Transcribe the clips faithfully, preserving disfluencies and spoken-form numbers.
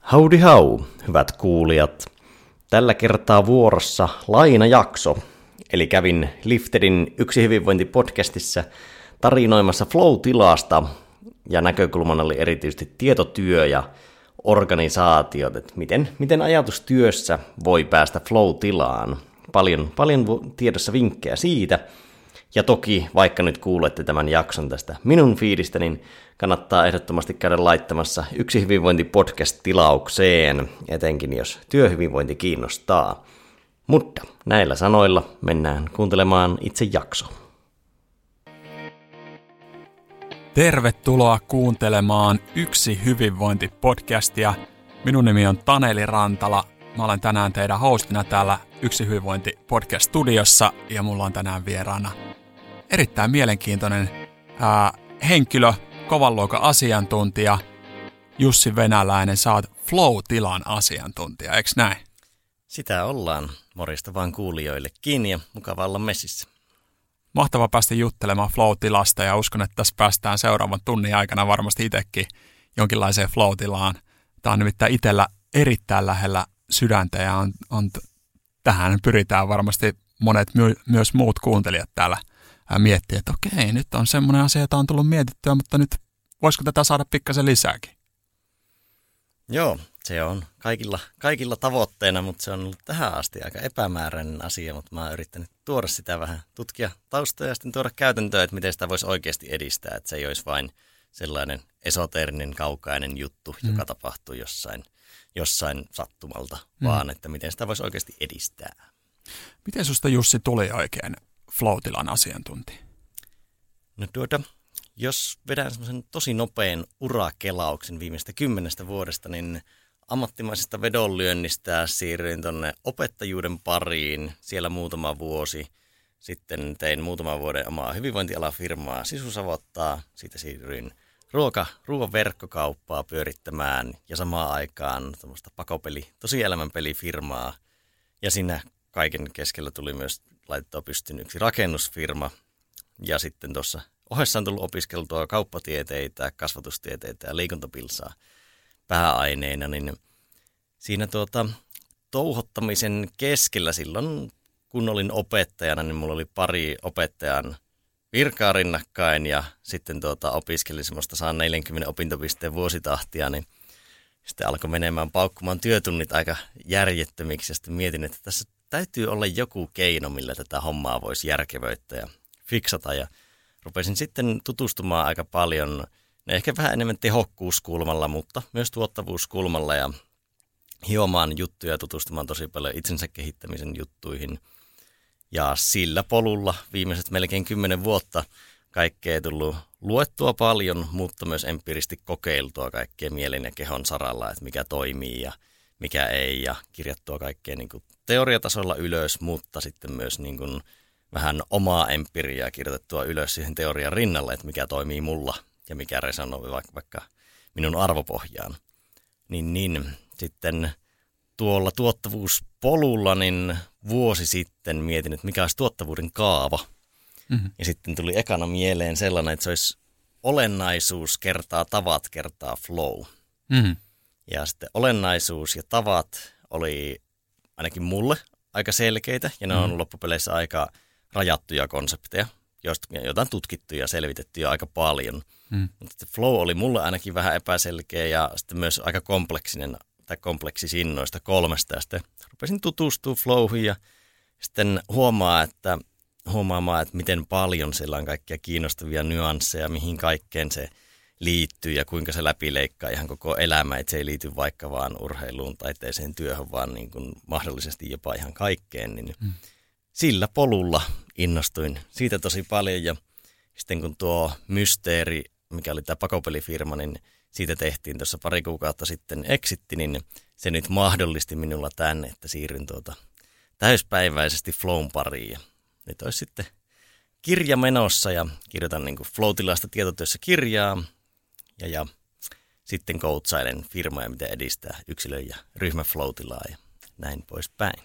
Howdy how, hyvät kuulijat. Tällä kertaa vuorossa lainajakso, eli kävin Liftedin Yksi hyvinvointi-podcastissa tarinoimassa flow-tilasta, ja näkökulmana oli erityisesti tietotyö ja organisaatiot, että miten, miten ajatustyössä voi päästä flow-tilaan. Paljon, paljon tiedossa vinkkejä siitä, ja toki vaikka nyt kuulette tämän jakson tästä minun fiidistä, niin kannattaa ehdottomasti käydä laittamassa Yksi hyvinvointi-podcast tilaukseen, etenkin jos työhyvinvointi kiinnostaa. Mutta näillä sanoilla mennään kuuntelemaan itse jakso. Tervetuloa kuuntelemaan Yksi hyvinvointi-podcastia. Minun nimi on Taneli Rantala. Mä olen tänään teidän hostina täällä Yksi hyvinvointi-podcast-studiossa ja mulla on tänään vieraana erittäin mielenkiintoinen ää, henkilö, kovan luokan asiantuntija, Jussi Venäläinen. Sä oot flow-tilan asiantuntija, eikö näin? Sitä ollaan. Morjesta vaan kuulijoillekin ja mukava olla messissä. Mahtava päästä juttelemaan flow-tilasta ja uskon, että tässä päästään seuraavan tunnin aikana varmasti itsekin jonkinlaiseen flow-tilaan. Tämä on nimittäin itsellä erittäin lähellä sydäntä ja on, on, tähän pyritään varmasti monet my, myös muut kuuntelijat täällä miettiä, että okei, nyt on semmoinen asia, jota on tullut mietittyä, mutta nyt voisiko tätä saada pikkasen lisääkin? Joo, se on kaikilla, kaikilla tavoitteena, mutta se on ollut tähän asti aika epämääräinen asia, mutta mä oon yrittänyt tuoda sitä vähän, tutkia taustoja ja sitten tuoda käytäntöä, että miten sitä voisi oikeasti edistää, että se ei olisi vain sellainen esoteerinen, kaukainen juttu, mm. joka tapahtuu jossain, jossain sattumalta, mm. vaan että miten sitä voisi oikeasti edistää. Miten susta, Jussi, tuli oikein flow-tilan asiantuntija? No tuota, jos vedän semmoisen tosi nopean urakelauksen viimeistä kymmenestä vuodesta, niin ammattimaisesta vedonlyönnistä siirryin tuonne opettajuuden pariin siellä muutama vuosi. Sitten tein muutaman vuoden omaa hyvinvointialafirmaa Sisusavottaa. Siitä siirryin ruoka, ruoan verkkokauppaa pyörittämään ja samaan aikaan tämmöistä pakopeli, tosielämän pelifirmaa. Ja siinä kaiken keskellä tuli myös laitettua pystyyn yksi rakennusfirma. Ja sitten tuossa ohessa on tullut opiskeltua kauppatieteitä, kasvatustieteitä ja liikuntapilsaa pääaineina, niin siinä tuota, touhottamisen keskellä silloin, kun olin opettajana, niin mulla oli pari opettajan virkaa rinnakkain ja sitten tuota, opiskelin semmoista sata neljäkymmentä opintopisteen vuositahtia, niin sitten alkoi menemään paukkumaan työtunnit aika järjettömiksi ja sitten mietin, että tässä täytyy olla joku keino, millä tätä hommaa voisi järkevöittää ja fiksata ja rupesin sitten tutustumaan aika paljon, ne ehkä vähän enemmän tehokkuuskulmalla, mutta myös tuottavuuskulmalla ja hiomaan juttuja ja tutustumaan tosi paljon itsensä kehittämisen juttuihin. Ja sillä polulla viimeiset melkein kymmenen vuotta kaikkea tullut luettua paljon, mutta myös empiiristi kokeiltua kaikkea mielen ja kehon saralla, että mikä toimii ja mikä ei ja kirjattua kaikkea niin kuin teoriatasolla ylös, mutta sitten myös niin kuin vähän omaa empiriaa kirjoitettua ylös siihen teorian rinnalle, että mikä toimii mulla ja mikä resonoi vaikka, vaikka minun arvopohjaan. Niin, niin sitten tuolla tuottavuuspolulla niin vuosi sitten mietin, että mikä olisi tuottavuuden kaava. Mm-hmm. Ja sitten tuli ekana mieleen sellainen, että se olisi olennaisuus kertaa tavat kertaa flow. Mm-hmm. Ja sitten olennaisuus ja tavat oli ainakin mulle aika selkeitä ja ne on mm-hmm. loppupeleissä aika rajattuja konsepteja, joita on tutkittu ja selvitetty jo aika paljon. Mm. Mutta flow oli mulle ainakin vähän epäselkeä ja sitten myös aika kompleksinen tai kompleksisin noista kolmesta. Ja sitten rupesin tutustumaan flowhin ja sitten huomaa, että, huomaamaan, että miten paljon siellä on kaikkia kiinnostavia nyansseja, mihin kaikkeen se liittyy ja kuinka se läpileikkaa ihan koko elämä. Että se ei liity vaikka vaan urheiluun, taiteeseen, työhön, vaan niin kuin mahdollisesti jopa ihan kaikkeen, niin mm. sillä polulla innostuin siitä tosi paljon ja sitten kun tuo Mysteeri, mikä oli tämä pakopelifirma, niin siitä tehtiin tuossa pari kuukautta sitten exitti, niin se nyt mahdollisti minulla tämän, että siirryn tuota täyspäiväisesti flown pariin. Ja nyt olisi sitten kirja menossa ja kirjoitan niin kuin flow-tilasta tietotyössä kirjaa ja, ja sitten coachailen firmoja, miten edistää yksilö- ja ryhmäflow-tilaa ja näin poispäin.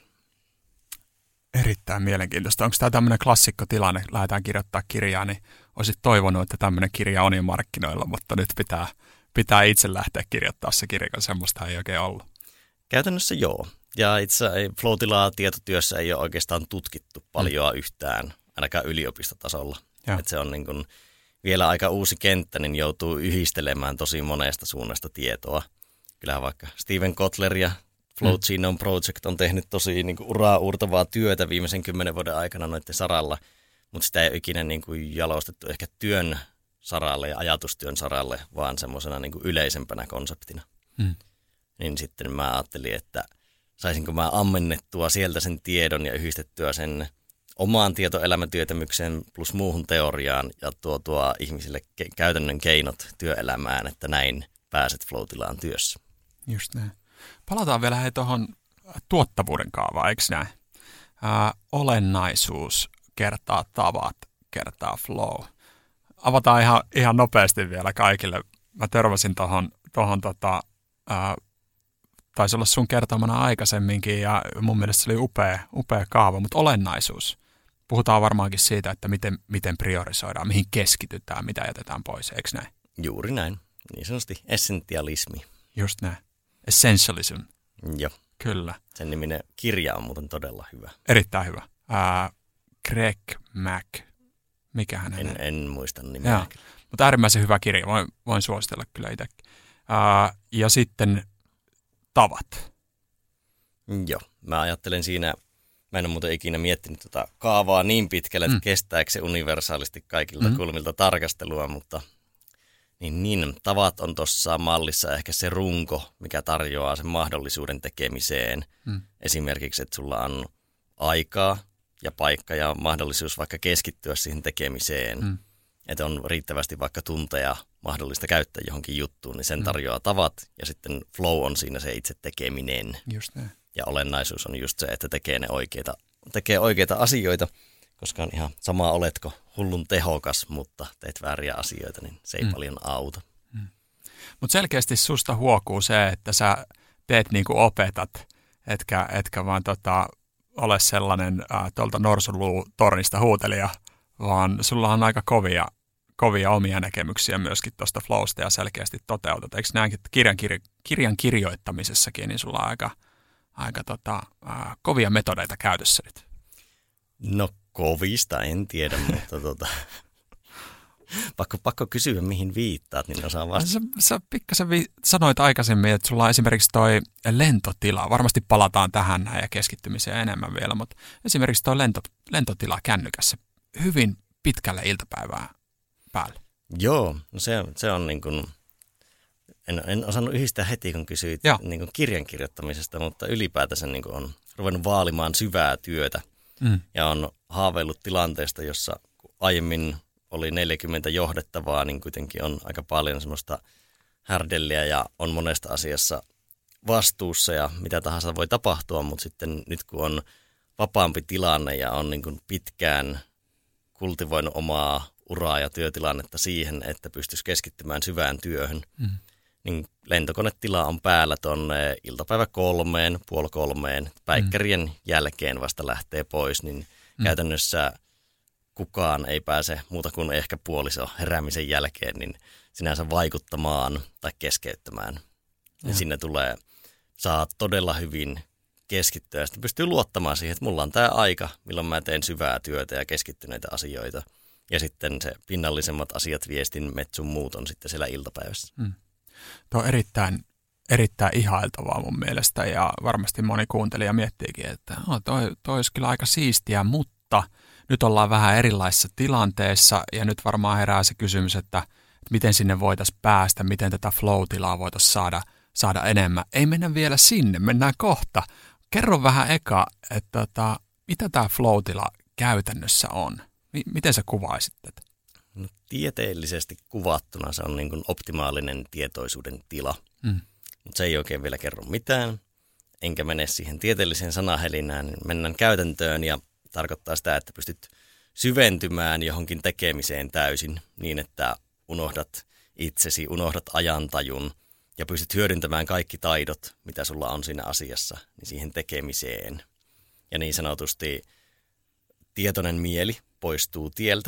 Erittäin mielenkiintoista. Onko tämä tämmöinen klassikkotilanne, lähdetään kirjoittaa kirjaa, niin olisit toivonut, että tämmöinen kirja on jo markkinoilla, mutta nyt pitää pitää itse lähteä kirjoittaa se kirja, kun semmoista ei oikein ollut. Käytännössä joo. Ja itse Flow-tilaa tietotyössä ei ole oikeastaan tutkittu paljon mm. yhtään, ainakaan yliopistotasolla. Että se on niin kuin vielä aika uusi kenttä, niin joutuu yhdistelemään tosi monesta suunnasta tietoa. Kyllähän vaikka Steven Kotler ja Flow Genome Project on tehnyt tosi niin kuin uraa uurtavaa työtä viimeisen kymmenen vuoden aikana noiden saralla, mutta sitä ei ole ikinä niin kuin jalostettu ehkä työn saralle ja ajatustyön saralle, vaan semmoisena niin kuin yleisempänä konseptina. Mm. Niin sitten mä ajattelin, että saisinko mä ammennettua sieltä sen tiedon ja yhdistettyä sen omaan tietoelämätyötämykseen plus muuhun teoriaan ja tuotua ihmisille ke- käytännön keinot työelämään, että näin pääset flow-tilaan työssä. Just näin. Palataan vielä hei tuohon tuottavuuden kaavaan, eikö näin? Ää, olennaisuus kertaa tavat kertaa flow. Avataan ihan, ihan nopeasti vielä kaikille. Mä törmäsin tuohon, tohon tota, ää, taisi olla sun kertomana aikaisemminkin ja mun mielestä se oli upea, upea kaava, mutta olennaisuus. Puhutaan varmaankin siitä, että miten, miten priorisoidaan, mihin keskitytään, mitä jätetään pois, eikö näin? Juuri näin. Niin sanotusti essentialismi. Just näin. Essentialism. Joo. Kyllä. Sen niminen kirja on muuten todella hyvä. Erittäin hyvä. Uh, Greg Mack. Mikähän hänen? En, en muista nimeä. Mutta äärimmäisen hyvä kirja. Voin, voin suositella kyllä itsekin. Uh, ja sitten tavat. Joo. Mä ajattelen siinä, mä en ole muuten ikinä miettinyt tätä kaavaa niin pitkälle, että mm. kestääkö se universaalisti kaikilta mm. kulmilta tarkastelua, mutta niin, niin tavat on tuossa mallissa ehkä se runko, mikä tarjoaa sen mahdollisuuden tekemiseen. Mm. Esimerkiksi, että sulla on aikaa ja paikka ja mahdollisuus vaikka keskittyä siihen tekemiseen. Mm. Että on riittävästi vaikka tunteja mahdollista käyttää johonkin juttuun, niin sen tarjoaa tavat. Ja sitten flow on siinä se itse tekeminen. Just näin. Ja olennaisuus on just se, että tekee ne oikeita, tekee oikeita asioita, koska on ihan sama, oletko hullun tehokas, mutta teet vääriä asioita, niin se ei mm. paljon auta. Mm. Mutta selkeästi susta huokuu se, että sä teet niin kuin opetat, etkä, etkä vaan tota, ole sellainen äh, tuolta norsunluutornista huutelija, vaan sulla on aika kovia, kovia omia näkemyksiä myöskin tuosta flowsta ja selkeästi toteutat. Eikö näinkin, että kirjan, kirjo- kirjan kirjoittamisessakin niin sulla on aika, aika tota, äh, kovia metodeita käytössä nyt? No kovista en tiedä, mutta tota, pakko, pakko kysyä mihin viittaat, niin osaan vastata. Sä, sä pikkasen vi- sanoit aikaisemmin, että sulla on esimerkiksi toi lentotila. Varmasti palataan tähän ja keskittymiseen enemmän vielä, mutta esimerkiksi toi lento, lentotila kännykässä hyvin pitkälle iltapäivää päälle. Joo, no se, se on niin kuin, en, en osannut yhdistää heti kun kysyit niin kuin kirjan kirjoittamisesta, mutta ylipäätänsä niin kuin on ruvennut vaalimaan syvää työtä. Mm. Ja on haaveillut tilanteesta, jossa aiemmin oli neljäkymmentä johdettavaa, niin kuitenkin on aika paljon semmoista härdelliä ja on monesta asiassa vastuussa ja mitä tahansa voi tapahtua, mutta sitten nyt kun on vapaampi tilanne ja on niin kuin pitkään kultivoinut omaa uraa ja työtilannetta siihen, että pystyisi keskittymään syvään työhön, mm. niin lentokonetila on päällä tuonne iltapäivä kolmeen, puoli kolmeen, päikkärien mm. jälkeen vasta lähtee pois, niin mm. käytännössä kukaan ei pääse muuta kuin ehkä puoliso heräämisen jälkeen, niin sinänsä vaikuttamaan tai keskeyttämään. Ja, ja sinne tulee, saa todella hyvin keskittyä ja sitten pystyy luottamaan siihen, että mulla on tämä aika, milloin mä teen syvää työtä ja keskittyneitä asioita. Ja sitten se pinnallisemmat asiat, viestin, metsun muut on sitten siellä iltapäivässä. Mm. Tuo on erittäin, erittäin ihailtavaa mun mielestä ja varmasti moni kuuntelija miettiikin, että no, toi, toi olisi kyllä aika siistiä, mutta nyt ollaan vähän erilaisessa tilanteessa ja nyt varmaan herää se kysymys, että miten sinne voitaisiin päästä, miten tätä flow-tilaa voitaisiin saada, saada enemmän. Ei mennä vielä sinne, mennään kohta. Kerro vähän eka, että, että mitä tämä flow-tila käytännössä on? M- miten sä kuvaisit tätä? No, tieteellisesti kuvattuna se on niin kuin optimaalinen tietoisuuden tila, mm. mutta se ei oikein vielä kerro mitään. Enkä mene siihen tieteelliseen sanahelinään, niin mennään käytäntöön ja tarkoittaa sitä, että pystyt syventymään johonkin tekemiseen täysin niin, että unohdat itsesi, unohdat ajantajun ja pystyt hyödyntämään kaikki taidot, mitä sulla on siinä asiassa, niin siihen tekemiseen. Ja niin sanotusti tietoinen mieli poistuu tieltä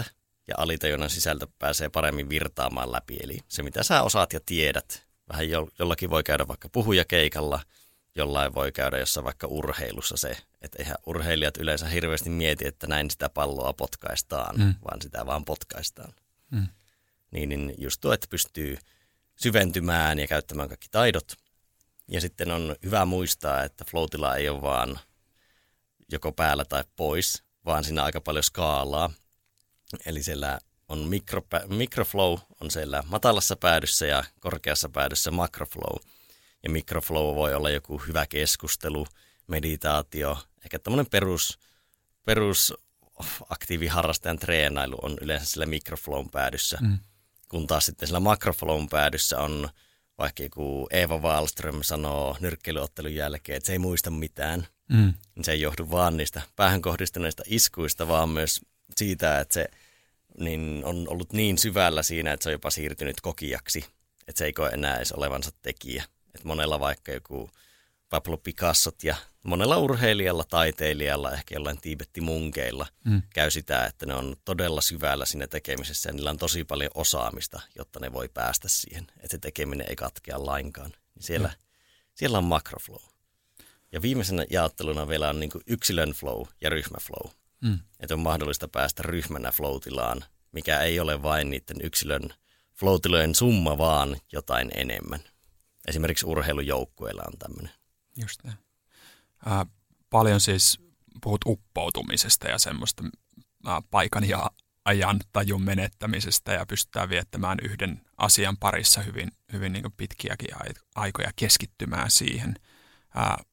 ja alitajunnan sisältö pääsee paremmin virtaamaan läpi. Eli se, mitä sä osaat ja tiedät. Vähän jo, jollakin voi käydä vaikka puhujakeikalla, jollain voi käydä jossain vaikka urheilussa se, että eihän urheilijat yleensä hirveästi mieti, että näin sitä palloa potkaistaan, mm. vaan sitä vaan potkaistaan. Mm. Niin, niin just tuo, että pystyy syventymään ja käyttämään kaikki taidot. Ja sitten on hyvä muistaa, että floatilla ei ole vaan joko päällä tai pois, vaan siinä aika paljon skaalaa. Eli siellä on mikro, microflow on siellä matalassa päädyssä ja korkeassa päädyssä macroflow. Ja microflow voi olla joku hyvä keskustelu, meditaatio, ehkä tämmöinen perus, perus aktiiviharrastajan treenailu on yleensä sillä microflown päädyssä. Mm. Kun taas sitten sillä macroflown päädyssä on vaikka joku Eva Wallström sanoo nyrkkeilyottelun jälkeen, että se ei muista mitään. Mm. Se ei johdu vaan niistä päähän kohdistuneista iskuista, vaan myös siitä, että se niin on ollut niin syvällä siinä, että se on jopa siirtynyt kokijaksi. Että se ei koe enää edes olevansa tekijä. Että monella vaikka joku Pablo Picassot ja monella urheilijalla, taiteilijalla, ehkä jollain tiibettimunkeilla mm. käy sitä, että ne on todella syvällä siinä tekemisessä ja niillä on tosi paljon osaamista, jotta ne voi päästä siihen. Että se tekeminen ei katkea lainkaan. Siellä, mm. siellä on macroflow. Ja viimeisenä jaotteluna vielä on niin kuin yksilön flow ja ryhmäflow. Mm. Että on mahdollista päästä ryhmänä flow-tilaan, mikä ei ole vain niiden yksilön flow-tilojen summa, vaan jotain enemmän. Esimerkiksi urheilujoukkueilla on tämmöinen. Just näin. Äh, paljon siis puhut uppoutumisesta ja semmoista äh, paikan ja ajan tajun menettämisestä ja pystytään viettämään yhden asian parissa hyvin, hyvin niin kuin pitkiäkin aikoja keskittymään siihen. Äh,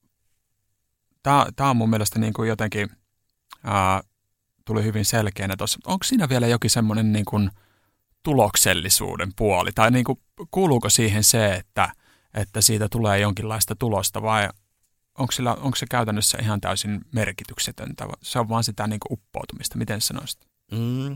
Tämä on mun mielestä niin kuin jotenkin äh, tuli hyvin selkeänä tuossa. Onko siinä vielä jokin semmoinen niin kuin tuloksellisuuden puoli? Tai niin kuin, kuuluuko siihen se, että että siitä tulee jonkinlaista tulosta, vai onko, sillä, onko se käytännössä ihan täysin merkityksetöntä? Se on vaan sitä niin kuin uppoutumista. Miten sanoisit? Mm,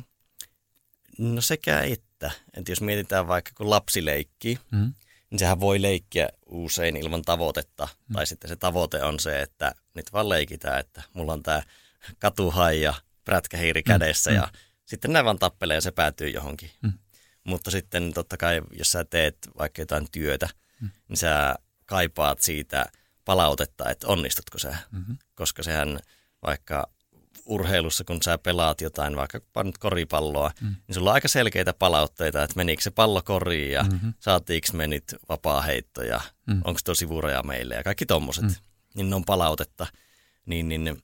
no sekä että. Että jos mietitään vaikka kun lapsi leikkii, mm. niin sehän voi leikkiä usein ilman tavoitetta. Mm. Tai sitten se tavoite on se, että nyt vaan leikitään, että mulla on tämä katuhai ja prätkähiiri kädessä mm. ja mm. sitten ne vaan tappelee ja se päätyy johonkin. Mm. Mutta sitten totta kai, jos sä teet vaikka jotain työtä, Mm. niin sä kaipaat siitä palautetta, että onnistutko sä. Mm-hmm. Koska sehän vaikka urheilussa, kun sä pelaat jotain, vaikka nyt koripalloa, mm. niin sulla on aika selkeitä palautteita, että menikö se pallo koriin ja mm-hmm. saatiinko me nyt vapaaheittoja, mm. onko tuo sivuraja meille ja kaikki tommoset. Mm. Niin ne on palautetta. Niin, niin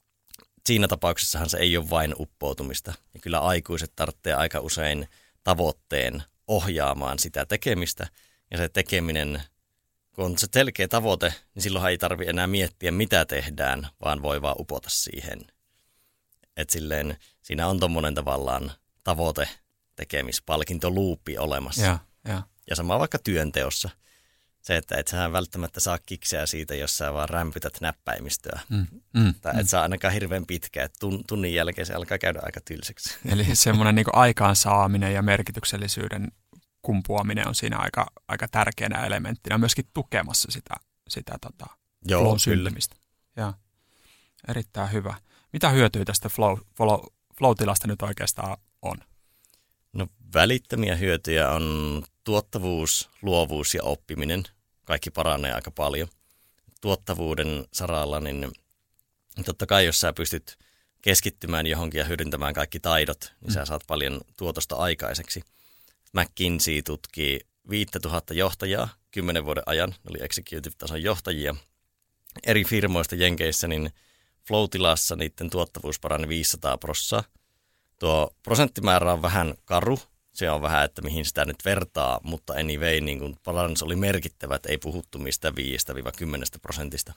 siinä tapauksessahan se ei ole vain uppoutumista. Ja kyllä aikuiset tarvitsee aika usein tavoitteen ohjaamaan sitä tekemistä. Ja se tekeminen, kun on se selkeä tavoite, niin silloinhan ei tarvitse enää miettiä, mitä tehdään, vaan voi vaan upota siihen. Että silleen siinä on tommoinen tavallaan tavoite, tekemispalkintoluuppi olemassa. Ja, ja. ja sama vaikka työnteossa. Se, että et sä välttämättä saa kikseä siitä, jos sä vaan rämpytät näppäimistöä. Mm, mm, tai et mm. saa ainakaan hirveän pitkä, että tunnin jälkeen se alkaa käydä aika tylsäksi. Eli semmoinen niin kuin aikaansaaminen ja merkityksellisyyden kumpuaminen on siinä aika, aika tärkeänä elementtinä, myöskin tukemassa sitä, sitä tota, flow syntymistä. Ja, erittäin hyvä. Mitä hyötyä tästä flow, flow, flow-tilasta nyt oikeastaan on? No välittömiä hyötyjä on tuottavuus, luovuus ja oppiminen. Kaikki paranee aika paljon. Tuottavuuden saralla, niin totta kai jos sä pystyt keskittymään johonkin ja hyödyntämään kaikki taidot, niin mm. sä saat paljon tuotosta aikaiseksi. McKinsey tutkii viisituhatta johtajaa kymmenen vuoden ajan, ne oli executive-tason johtajia. Eri firmoista Jenkeissä, niin flow-tilassa niiden tuottavuus parani viisisataa prosenttia. Tuo prosenttimäärä on vähän karu, se on vähän, että mihin sitä nyt vertaa, mutta anyway, niin kun parannus oli merkittävä, että ei puhuttu mistä viidestä kymmeneen prosentista.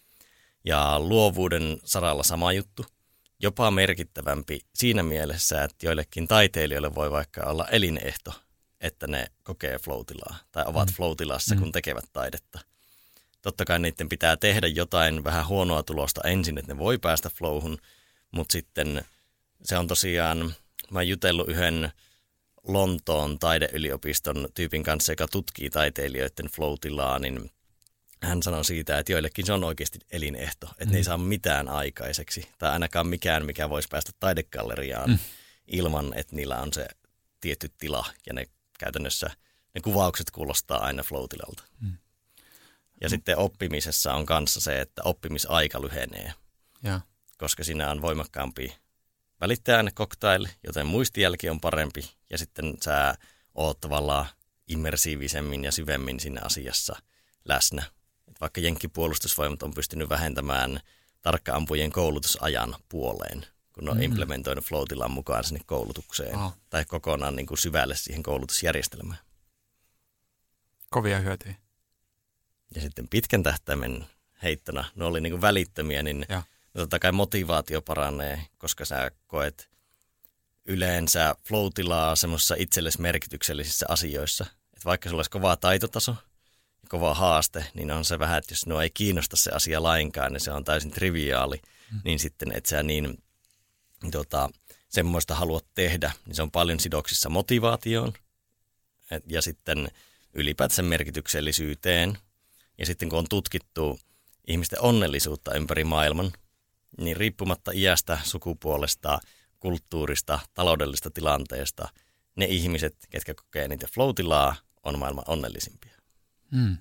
Ja luovuuden saralla sama juttu, jopa merkittävämpi siinä mielessä, että joillekin taiteilijoille voi vaikka olla elinehto, että ne kokee flow-tilaa tai ovat mm. flow-tilassa, kun tekevät taidetta. Totta kai niiden pitää tehdä jotain vähän huonoa tulosta ensin, että ne voi päästä flowhun, mutta sitten se on tosiaan, mä oon jutellut yhden Lontoon taideyliopiston tyypin kanssa, joka tutkii taiteilijoiden flow-tilaa, niin hän sanoi siitä, että joillekin se on oikeasti elinehto, että mm. ne ei saa mitään aikaiseksi, tai ainakaan mikään, mikä voisi päästä taidegalleriaan. Mm. ilman, että niillä on se tietty tila ja ne käytännössä ne kuvaukset kuulostaa aina flow-tilalta. Mm. Ja mm. sitten oppimisessa on kanssa se, että oppimisaika lyhenee, ja. koska siinä on voimakkaampi välittäjäaine cocktail, joten muistijälki on parempi ja sitten sä oot tavallaan immersiivisemmin ja syvemmin siinä asiassa läsnä. Et vaikka jenkkipuolustusvoimat on pystynyt vähentämään tarkka-ampujien koulutusajan puoleen, kun on mm-hmm. implementoinut flow-tilan mukaan sinne koulutukseen oh. tai kokonaan niin kuin syvälle siihen koulutusjärjestelmään. Kovia hyötyjä. Ja sitten pitkän tähtäimen heittona, ne oli niin kuin välittömiä, niin ja. totta kai motivaatio paranee, koska sä koet yleensä flow-tilaa semmoisissa itsellesi merkityksellisissä asioissa. Että vaikka sulla olisi kova taitotaso ja kova haaste, niin on se vähän, että jos sinua ei kiinnosta se asia lainkaan, niin se on täysin triviaali, mm. niin sitten et sä niin tota, semmoista haluat tehdä, niin se on paljon sidoksissa motivaatioon et, ja sitten ylipäätään merkityksellisyyteen. Ja sitten kun on tutkittu ihmisten onnellisuutta ympäri maailman, niin riippumatta iästä, sukupuolesta, kulttuurista, taloudellisesta tilanteesta, ne ihmiset, ketkä kokee niitä flow-tilaa, on maailman onnellisimpia. Hmm.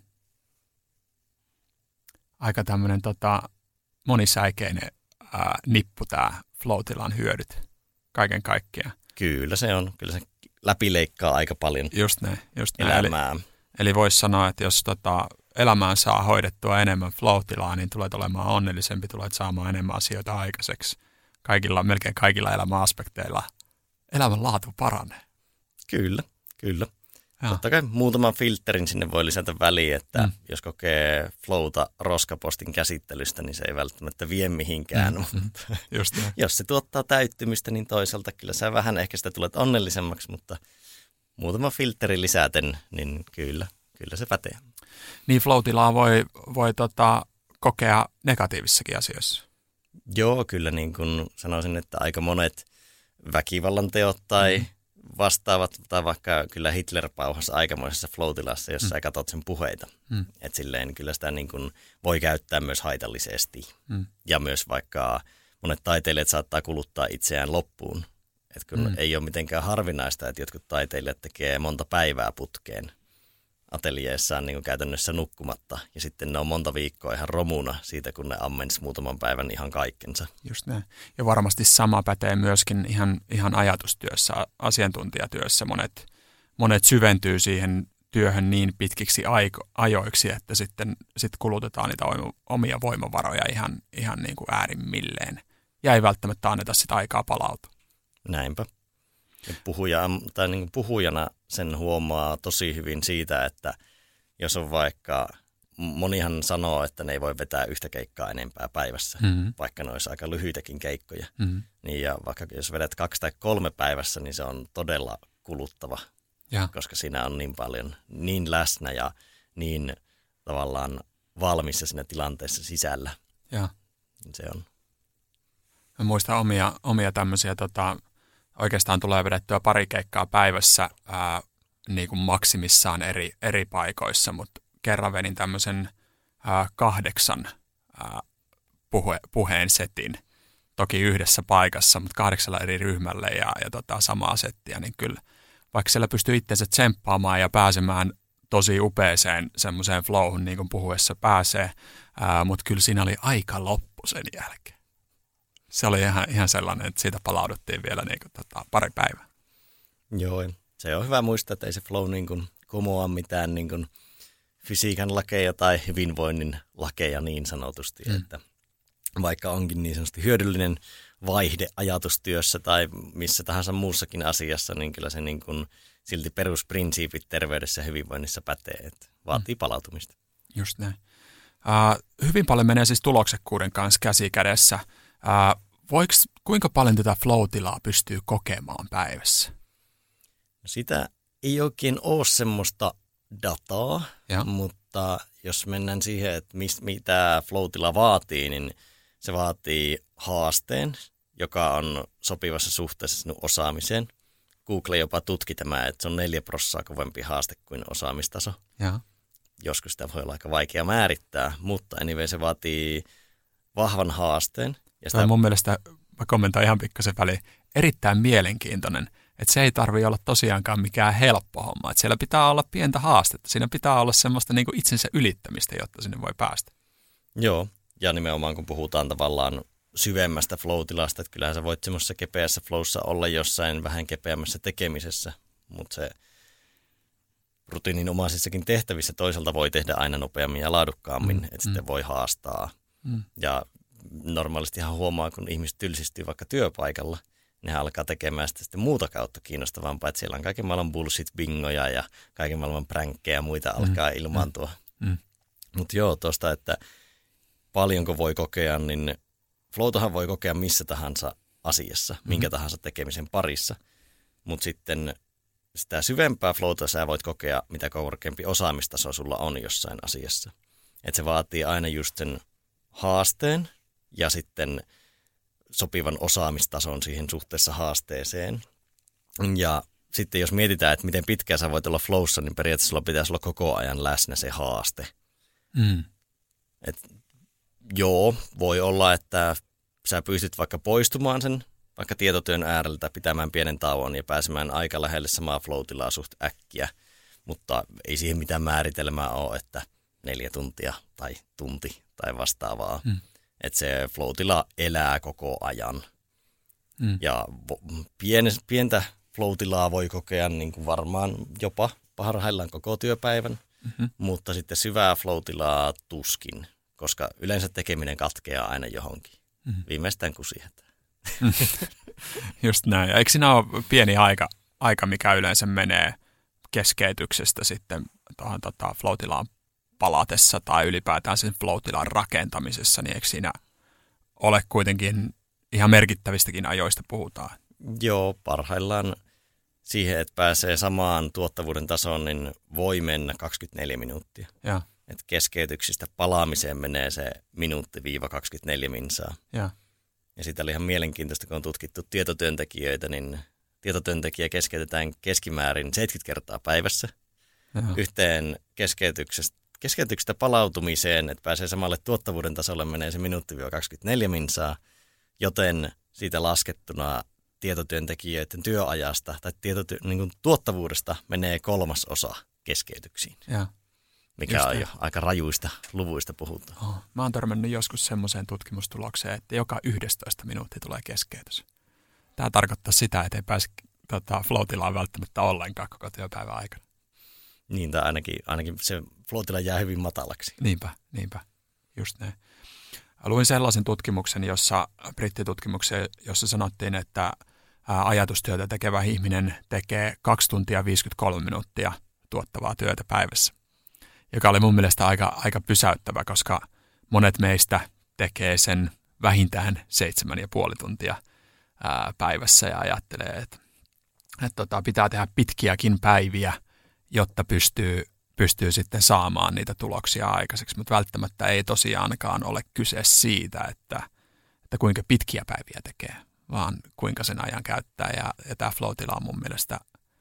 Aika tämmöinen tota, monisäikeinen ää, nippu tämä flow-tilan hyödyt kaiken kaikkiaan. Kyllä se on. Kyllä se läpileikkaa aika paljon just näin, just näin. elämää. Eli, eli voisi sanoa, että jos tota, elämään saa hoidettua enemmän flow-tilaa, niin tulet olemaan onnellisempi, tulet saamaan enemmän asioita aikaiseksi. Kaikilla, melkein kaikilla elämän aspekteilla elämänlaatu paranee. Kyllä, kyllä. Ja. Totta kai muutaman filterin sinne voi lisätä väliin, että mm. jos kokee flowta roskapostin käsittelystä, niin se ei välttämättä vie mihinkään. Mm. Mutta just jos se tuottaa täyttymistä, niin toisaalta kyllä sä vähän ehkä sitä tulet onnellisemmaksi, mutta muutama filteri lisäten, niin kyllä, kyllä se pätee. Niin flow-tilaa voi, voi tota, kokea negatiivissakin asioissa. Joo, kyllä niin kuin sanoisin, että aika monet väkivallan teot tai mm. vastaavat, tai vaikka kyllä Hitler pauhasi aikamoisessa flow-tilassa, jos mm. sä katsot sen puheita. Mm. Että silleen kyllä sitä niin kuin voi käyttää myös haitallisesti. Mm. Ja myös vaikka monet taiteilijat saattaa kuluttaa itseään loppuun. Että kun mm. ei ole mitenkään harvinaista, että jotkut taiteilijat tekee monta päivää putkeen ateljeessaan niin kuin käytännössä nukkumatta. Ja sitten ne on monta viikkoa ihan romuna siitä, kun ne ammensi muutaman päivän ihan kaikkensa. Just näin. Ja varmasti sama pätee myöskin ihan, ihan ajatustyössä, asiantuntijatyössä. Monet, monet syventyy siihen työhön niin pitkiksi aiko, ajoiksi, että sitten sit kulutetaan niitä omia voimavaroja ihan, ihan niin kuin äärimmilleen. Ja ei välttämättä anneta sitä aikaa palautua. Näinpä. Puhuja, tai niin kuin puhujana sen huomaa tosi hyvin siitä, että jos on vaikka, monihan sanoo, että ne ei voi vetää yhtä keikkaa enempää päivässä, mm-hmm. vaikka ne olisi aika lyhyitäkin keikkoja. Mm-hmm. Niin ja vaikka jos vedät kaksi tai kolme päivässä, niin se on todella kuluttava, ja. koska siinä on niin paljon niin läsnä ja niin tavallaan valmissa siinä tilanteessa sisällä. Ja. Se on. Mä muistan omia, omia tämmöisiä tota, oikeastaan tulee vedettyä pari keikkaa päivässä ää, niin kuin maksimissaan eri, eri paikoissa, mutta kerran vedin tämmöisen ää, kahdeksan ää, puhe, puheen setin, toki yhdessä paikassa, mutta kahdeksalla eri ryhmälle ja, ja tota, samaa settiä, niin kyllä vaikka siellä pystyy itsensä tsemppaamaan ja pääsemään tosi upeeseen semmoiseen flowhun, niin kuin puhuessa pääsee, ää, mutta kyllä siinä oli aika loppu sen jälkeen. Se oli ihan, ihan sellainen, että siitä palauduttiin vielä niin kuin, tota, pari päivää. Joo, se on hyvä muistaa, että ei se flow niin kuin kumoa mitään niin kuin fysiikan lakeja tai hyvinvoinnin lakeja niin sanotusti. Mm. Että vaikka onkin niin sanotusti hyödyllinen vaihde ajatustyössä tai missä tahansa muussakin asiassa, niin kyllä se niin kuin silti perusprinsiipit terveydessä ja hyvinvoinnissa pätee, että vaatii mm. palautumista. Just näin. Uh, hyvin paljon menee siis tuloksekkuuden kanssa käsi kädessä. Uh, voiko, kuinka paljon tätä flow-tilaa pystyy kokemaan päivässä? No sitä ei oikein ole semmoista dataa, ja. mutta jos mennään siihen, että mis, mitä flow-tila vaatii, niin se vaatii haasteen, joka on sopivassa suhteessa sinun osaamiseen. Google jopa tutki tämä, että se on neljä prosenttia kovempi haaste kuin osaamistaso. Ja. Joskus sitä voi olla aika vaikea määrittää, mutta anyway se vaatii vahvan haasteen. Ja sitä... Tämä on mun mielestä mä kommentoin ihan pikkasen väliin, erittäin mielenkiintoinen. Että se ei tarvitse olla tosiaankaan mikään helppo homma. Että siellä pitää olla pientä haastetta. Siinä pitää olla semmoista niin kuin itsensä ylittämistä, jotta sinne voi päästä. Joo, ja nimenomaan kun puhutaan tavallaan syvemmästä flow-tilasta, että kyllähän sä voit semmoisessa kepeässä flowssa olla jossain vähän kepeämmässä tekemisessä, mutta se rutiininomaisissakin tehtävissä toisaalta voi tehdä aina nopeammin ja laadukkaammin, mm, että mm. sitten voi haastaa. Mm. Ja normaalisti ihan huomaa, kun ihmiset tylsistyy vaikka työpaikalla, nehän alkaa tekemään sitä sitten muuta kautta kiinnostavampaa, että siellä on kaiken maailman bullshit-bingoja ja kaiken maailman pränkkejä ja muita mm. alkaa ilmaantua. Mm. Mutta joo, tuosta, että paljonko voi kokea, niin flowtahan voi kokea missä tahansa asiassa, mm. minkä tahansa tekemisen parissa, mutta sitten sitä syvempää flowta sä voit kokea, mitä korkeampi osaamistaso sulla on jossain asiassa. Että se vaatii aina just sen haasteen ja sitten sopivan osaamistason siihen suhteessa haasteeseen. Ja sitten jos mietitään, että miten pitkään sä voit olla flowssa, niin periaatteessa sulla pitäisi olla koko ajan läsnä se haaste. Mm. Et, joo, voi olla, että sä pystyt vaikka poistumaan sen vaikka tietotyön ääreltä, pitämään pienen tauon ja pääsemään aika lähelle samaa flow-tilaa suht äkkiä, mutta ei siihen mitään määritelmää ole, että neljä tuntia tai tunti tai vastaavaa. Mm. Että se flow-tila elää koko ajan. Mm. Ja pien, pientä flow-tilaa voi kokea niin kuin varmaan jopa parhaillaan koko työpäivän, mm-hmm. mutta sitten syvää flow-tilaa tuskin, koska yleensä tekeminen katkeaa aina johonkin. Mm-hmm. Viimeistään kusihetään. Just näin. Ja eikö siinä ole pieni aika, aika mikä yleensä menee keskeytyksestä sitten tuohon tota, flow-tilaan palatessa tai ylipäätään sen flow-tilan rakentamisessa, niin eikö siinä ole kuitenkin ihan merkittävistäkin ajoista puhutaan? Joo, parhaillaan siihen, että pääsee samaan tuottavuuden tasoon, niin voi mennä kaksikymmentäneljä minuuttia. Ja. Et keskeytyksistä palaamiseen menee se minuutti viiva kaksikymmentäneljä minsaa. Ja. Ja siitä oli ihan mielenkiintoista, kun on tutkittu tietotyöntekijöitä, niin tietotyöntekijä keskeytetään keskimäärin seitsemänkymmentä kertaa päivässä. Ja. Yhteen keskeytyksestä, keskeytyksestä palautumiseen, että pääsee samalle tuottavuuden tasolle, menee se minuutti kaksikymmentäneljä minsaa, joten siitä laskettuna tietotyöntekijöiden työajasta tai tietoty- niin kuin tuottavuudesta menee kolmas osa keskeytyksiin. Ja. Mikä Just on jo aika rajuista luvuista puhutaan. Oh, mä oon törmännyt joskus semmoiseen tutkimustulokseen, että joka yksitoista minuuttia tulee keskeytys. Tämä tarkoittaa sitä, että ei pääse tota, flow-tilaan välttämättä ollenkaan koko työpäivän aikana. Niin, tai ainakin, ainakin se flow-tila jää hyvin matalaksi. Niinpä, niinpä. Just näin. Luin sellaisen tutkimuksen, jossa, brittitutkimuksen, jossa sanottiin, että ää, ajatustyötä tekevä ihminen tekee kaksi tuntia viisikymmentäkolme minuuttia tuottavaa työtä päivässä. Joka oli mun mielestä aika, aika pysäyttävä, koska monet meistä tekee sen vähintään seitsemän ja puoli tuntia ää, päivässä ja ajattelee, että, että tota, pitää tehdä pitkiäkin päiviä, jotta pystyy, pystyy sitten saamaan niitä tuloksia aikaiseksi, mutta välttämättä ei tosiaankaan ole kyse siitä, että, että kuinka pitkiä päiviä tekee, vaan kuinka sen ajan käyttää ja, ja tämä flow-tila on mun mielestä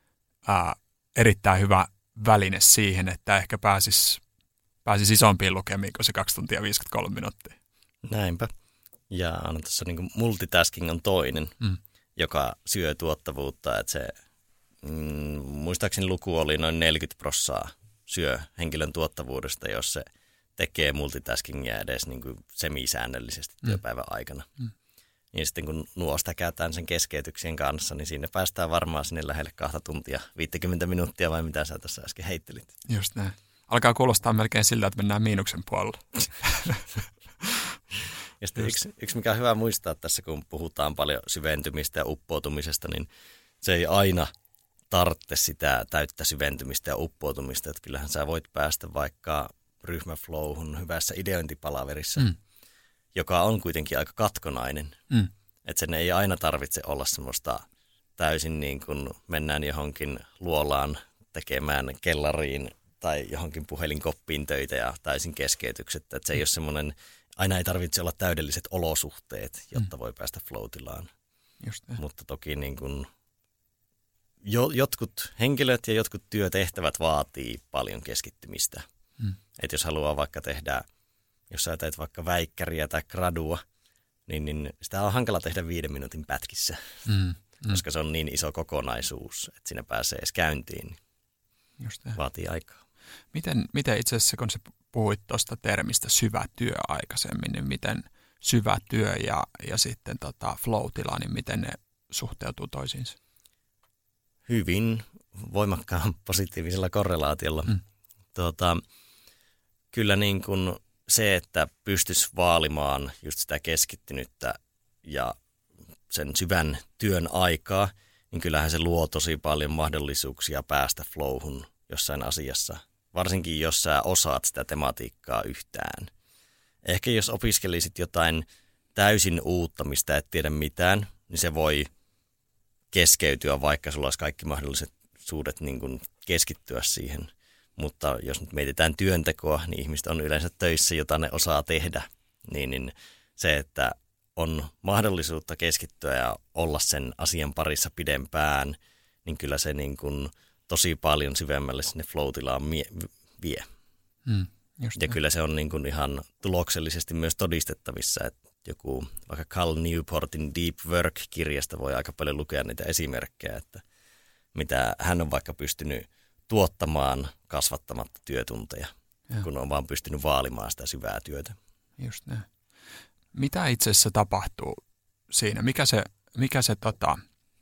ää, erittäin hyvä väline siihen, että ehkä pääsisi pääsis isompiin lukemiin kuin se kaksi tuntia viisikymmentäkolme minuuttia. Näinpä. Ja on tuossa niin kuin multitasking on toinen, mm. joka syö tuottavuutta. Että se, mm, muistaakseni luku oli noin neljäkymmentä prosenttia syö henkilön tuottavuudesta, jos se tekee multitaskingia edes niin kuin semisäännöllisesti mm. työpäivän aikana. Mm. Niin sitten kun nuosta käytään sen keskeytyksien kanssa, niin siinä päästään varmaan sinne lähelle kahta tuntia, viisikymmentä minuuttia vai mitä sä tuossa äsken heittelit. Just näin. Alkaa kuulostaa melkein siltä, että mennään miinuksen puolella. Ja sitten yksi, yksi, mikä on hyvä muistaa tässä, kun puhutaan paljon syventymistä ja uppoutumisesta, niin se ei aina tarvitse sitä täyttä syventymistä ja uppoutumista. Että kyllähän sä voit päästä vaikka ryhmäflowhun hyvässä ideointipalaverissa, mm. joka on kuitenkin aika katkonainen. Mm. Että sen ei aina tarvitse olla semmoista täysin niin kuin mennään johonkin luolaan tekemään kellariin tai johonkin puhelinkoppiin töitä ja täysin keskeytykset. Että se ei ole semmoinen, aina ei tarvitse olla täydelliset olosuhteet, jotta voi päästä flow-tilaan. Just niin. Mutta toki niin kuin jo, jotkut henkilöt ja jotkut työtehtävät vaatii paljon keskittymistä. Mm. Että jos haluaa vaikka tehdä, jos sä teet vaikka väikkäriä tai gradua, niin, niin sitä on hankala tehdä viiden minuutin pätkissä, mm, mm. koska se on niin iso kokonaisuus, että siinä pääsee edes käyntiin. Just vaatii aikaa. Miten, miten itse asiassa, kun sä puhuit tuosta termistä syvä työ aikaisemmin, niin miten syvä työ ja, ja sitten tota flow-tila, niin miten ne suhteutuu toisiinsa? Hyvin voimakkaan positiivisella korrelaatiolla. Mm. Tuota, kyllä niin kuin se, että pystyisi vaalimaan just sitä keskittynyttä ja sen syvän työn aikaa, niin kyllähän se luo tosi paljon mahdollisuuksia päästä flowhun jossain asiassa. Varsinkin jos sä osaat sitä tematiikkaa yhtään. Ehkä jos opiskelisit jotain täysin uutta, mistä et tiedä mitään, niin se voi keskeytyä, vaikka sulla olisi kaikki mahdolliset suudet niin kuin keskittyä siihen. Mutta jos nyt mietitään työntekoa, niin ihmiset on yleensä töissä, jota ne osaa tehdä. Niin, niin se, että on mahdollisuutta keskittyä ja olla sen asian parissa pidempään, niin kyllä se niin kuin tosi paljon syvemmälle sinne flow-tilaan mie- vie. Mm, ja kyllä se on niin kuin ihan tuloksellisesti myös todistettavissa, että joku vaikka Cal Newportin Deep Work-kirjasta voi aika paljon lukea niitä esimerkkejä, että mitä hän on vaikka pystynyt tuottamaan kasvattamatta työtunteja, ja. kun on vaan pystynyt vaalimaan sitä syvää työtä. Just näin. Mitä itse asiassa tapahtuu siinä? Mikä se, mikä se tota,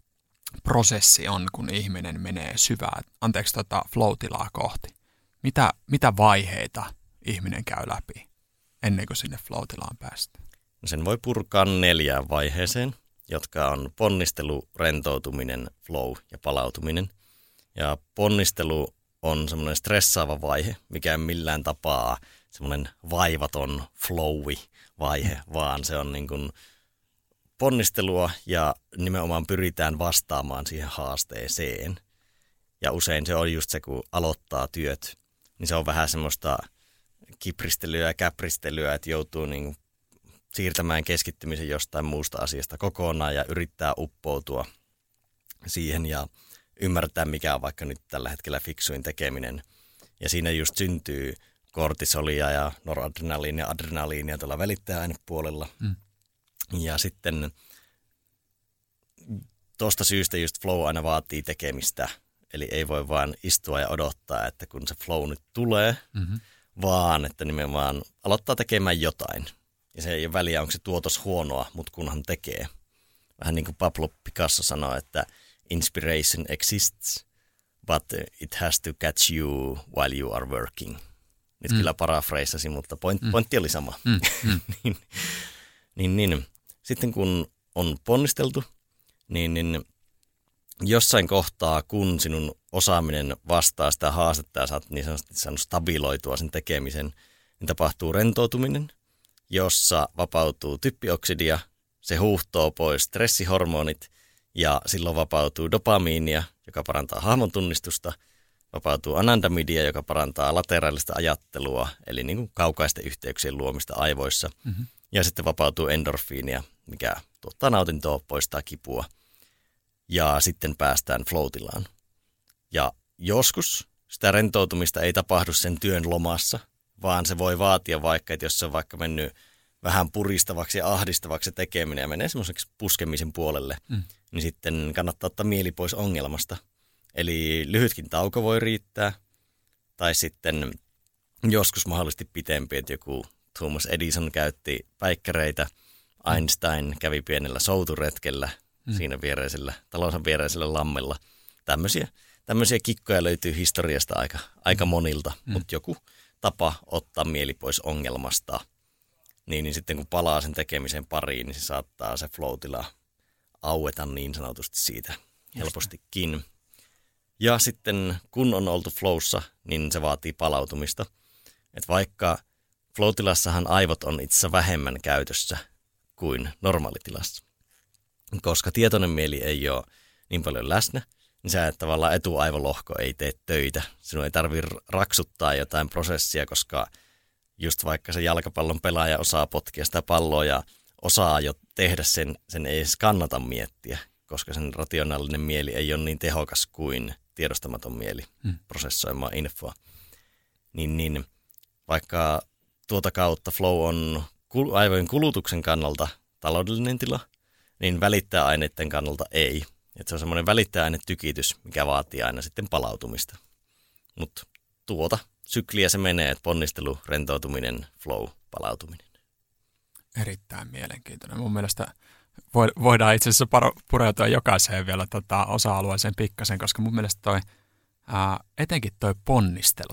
prosessi on, kun ihminen menee syvää, anteeksi, tota, flow-tilaa kohti? Mitä, mitä vaiheita ihminen käy läpi ennen kuin sinne flow-tilaan päästään? No sen voi purkaa neljään vaiheeseen, jotka on ponnistelu, rentoutuminen, flow ja palautuminen. Ja ponnistelu on semmoinen stressaava vaihe, mikä ei millään tapaa semmoinen vaivaton flowi vaihe, mm. vaan se on niin kuin ponnistelua ja nimenomaan pyritään vastaamaan siihen haasteeseen. Ja usein se on just se, kun aloittaa työt, niin se on vähän semmoista kipristelyä ja käpristelyä, että joutuu niin kuin siirtämään keskittymisen jostain muusta asiasta kokonaan ja yrittää uppoutua siihen ja ymmärtää, mikä on vaikka nyt tällä hetkellä fiksuin tekeminen. Ja siinä just syntyy kortisolia ja noradrenaliinia ja adrenaliinia tuolla välittäjäainepuolella. Mm. Ja sitten tuosta syystä just flow aina vaatii tekemistä. Eli ei voi vaan istua ja odottaa, että kun se flow nyt tulee, mm-hmm. vaan että nimenomaan aloittaa tekemään jotain. Ja se ei ole väliä, onko se tuotos huonoa, mutta kunhan tekee. Vähän niin kuin Pablo Picasso sanoi, että inspiration exists, but it has to catch you while you are working. Nyt mm. kyllä parafreisasi, mutta point, mm. pointti oli sama. Mm. Mm. niin, niin, niin. Sitten kun on ponnisteltu, niin, niin jossain kohtaa, kun sinun osaaminen vastaa sitä haastetta ja saat niin sanotusti saanut stabiloitua sen tekemisen, niin tapahtuu rentoutuminen, jossa vapautuu typpioksidia, se huuhtoo pois stressihormonit ja silloin vapautuu dopamiinia, joka parantaa hahmon tunnistusta, vapautuu anandamidia, joka parantaa lateraalista ajattelua, eli niin kuin kaukaisten yhteyksien luomista aivoissa, mm-hmm. ja sitten vapautuu endorfiinia, mikä tuottaa nautintoa, poistaa kipua, ja sitten päästään flow-tilaan. Ja joskus sitä rentoutumista ei tapahdu sen työn lomassa, vaan se voi vaatia vaikka, että jos se on vaikka mennyt vähän puristavaksi ja ahdistavaksi se tekeminen ja menee semmoiseksi puskemisen puolelle, mm. niin sitten kannattaa ottaa mieli pois ongelmasta. Eli lyhytkin tauko voi riittää, tai sitten joskus mahdollisesti pitempi, että joku Thomas Edison käytti päikkäreitä, mm. Einstein kävi pienellä souturetkellä mm. siinä viereisellä, talonsa viereisellä lammella. Tämmöisiä, tämmöisiä kikkoja löytyy historiasta aika, aika monilta, mm. mutta joku tapa ottaa mieli pois ongelmasta, niin, niin sitten kun palaa sen tekemisen pariin, niin se saattaa se flow-tila aueta niin sanotusti siitä helpostikin. Ja sitten kun on oltu flowssa, niin se vaatii palautumista. Et vaikka flow-tilassahan aivot on itse asiassa vähemmän käytössä kuin normaalitilassa, koska tietoinen mieli ei ole niin paljon läsnä, niin sä, että tavallaan etuaivolohko ei tee töitä. Sinun ei tarvitse raksuttaa jotain prosessia, koska just vaikka se jalkapallon pelaaja osaa potkia sitä palloa ja osaa jo tehdä sen, sen ei edes kannata miettiä, koska sen rationaalinen mieli ei ole niin tehokas kuin tiedostamaton mieli hmm. prosessoimaan infoa. Niin, niin vaikka tuota kautta flow on aivojen kulutuksen kannalta taloudellinen tila, niin välittäjäaineiden kannalta ei. Että se on semmoinen välittäjäainetykitys, mikä vaatii aina sitten palautumista. Mutta tuota sykliä se menee, että ponnistelu, rentoutuminen, flow, palautuminen. Erittäin mielenkiintoinen. Mun mielestä voidaan itse asiassa pureutua jokaiseen vielä tota osa-alueeseen pikkasen, koska mun mielestä toi, ää, etenkin toi ponnistelu,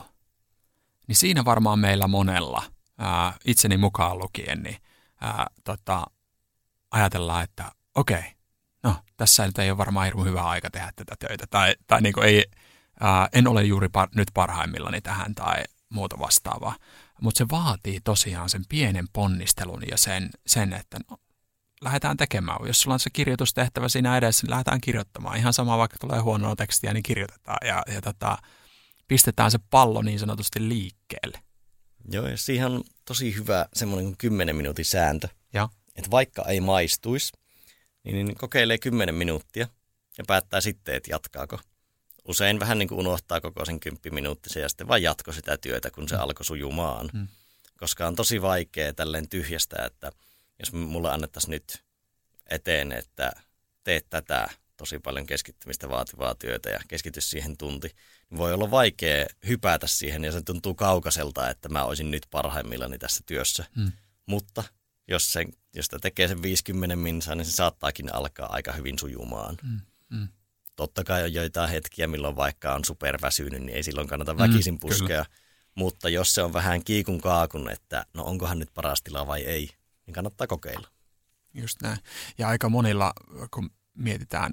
niin siinä varmaan meillä monella, ää, itseni mukaan lukien, niin ää, tota, ajatellaan, että okei, no tässä nyt ei ole varmaan hirveän hyvä aika tehdä tätä töitä, tai, tai niin kuin ei, ää, en ole juuri par, nyt parhaimmillani tähän tai muuta vastaavaa, mutta se vaatii tosiaan sen pienen ponnistelun ja sen, sen että no, lähdetään tekemään. Jos sulla on se kirjoitustehtävä siinä edessä, niin lähdetään kirjoittamaan. Ihan sama, vaikka tulee huonoa tekstiä, niin kirjoitetaan ja, ja tota, pistetään se pallo niin sanotusti liikkeelle. Joo, ja siihen on tosi hyvä semmoinen kuin kymmenen minuutin sääntö. Ja. Että vaikka ei maistuisi, niin kokeilee kymmenen minuuttia ja päättää sitten, että jatkaako. Usein vähän niin kuin unohtaa koko sen kymppiminuuttisen ja sitten vaan jatko sitä työtä, kun se mm. alkoi sujumaan. Mm. Koska on tosi vaikea tälleen tyhjästä, että jos mulle annettaisiin nyt eteen, että teet tätä tosi paljon keskittymistä vaativaa työtä ja keskity siihen tunti, niin voi olla vaikea hypätä siihen ja se tuntuu kaukaiselta, että mä olisin nyt parhaimmillani tässä työssä. Mm. Mutta jos, sen, jos sitä tekee sen viisikymmentä minsaa, niin se saattaakin alkaa aika hyvin sujumaan. Mm. Mm. Totta kai on joitain hetkiä, milloin vaikka on superväsynyt, niin ei silloin kannata väkisin puskea. Mm, mutta jos se on vähän kiikun kaakun, että no onkohan nyt paras tila vai ei, niin kannattaa kokeilla. Just näin. Ja aika monilla, kun mietitään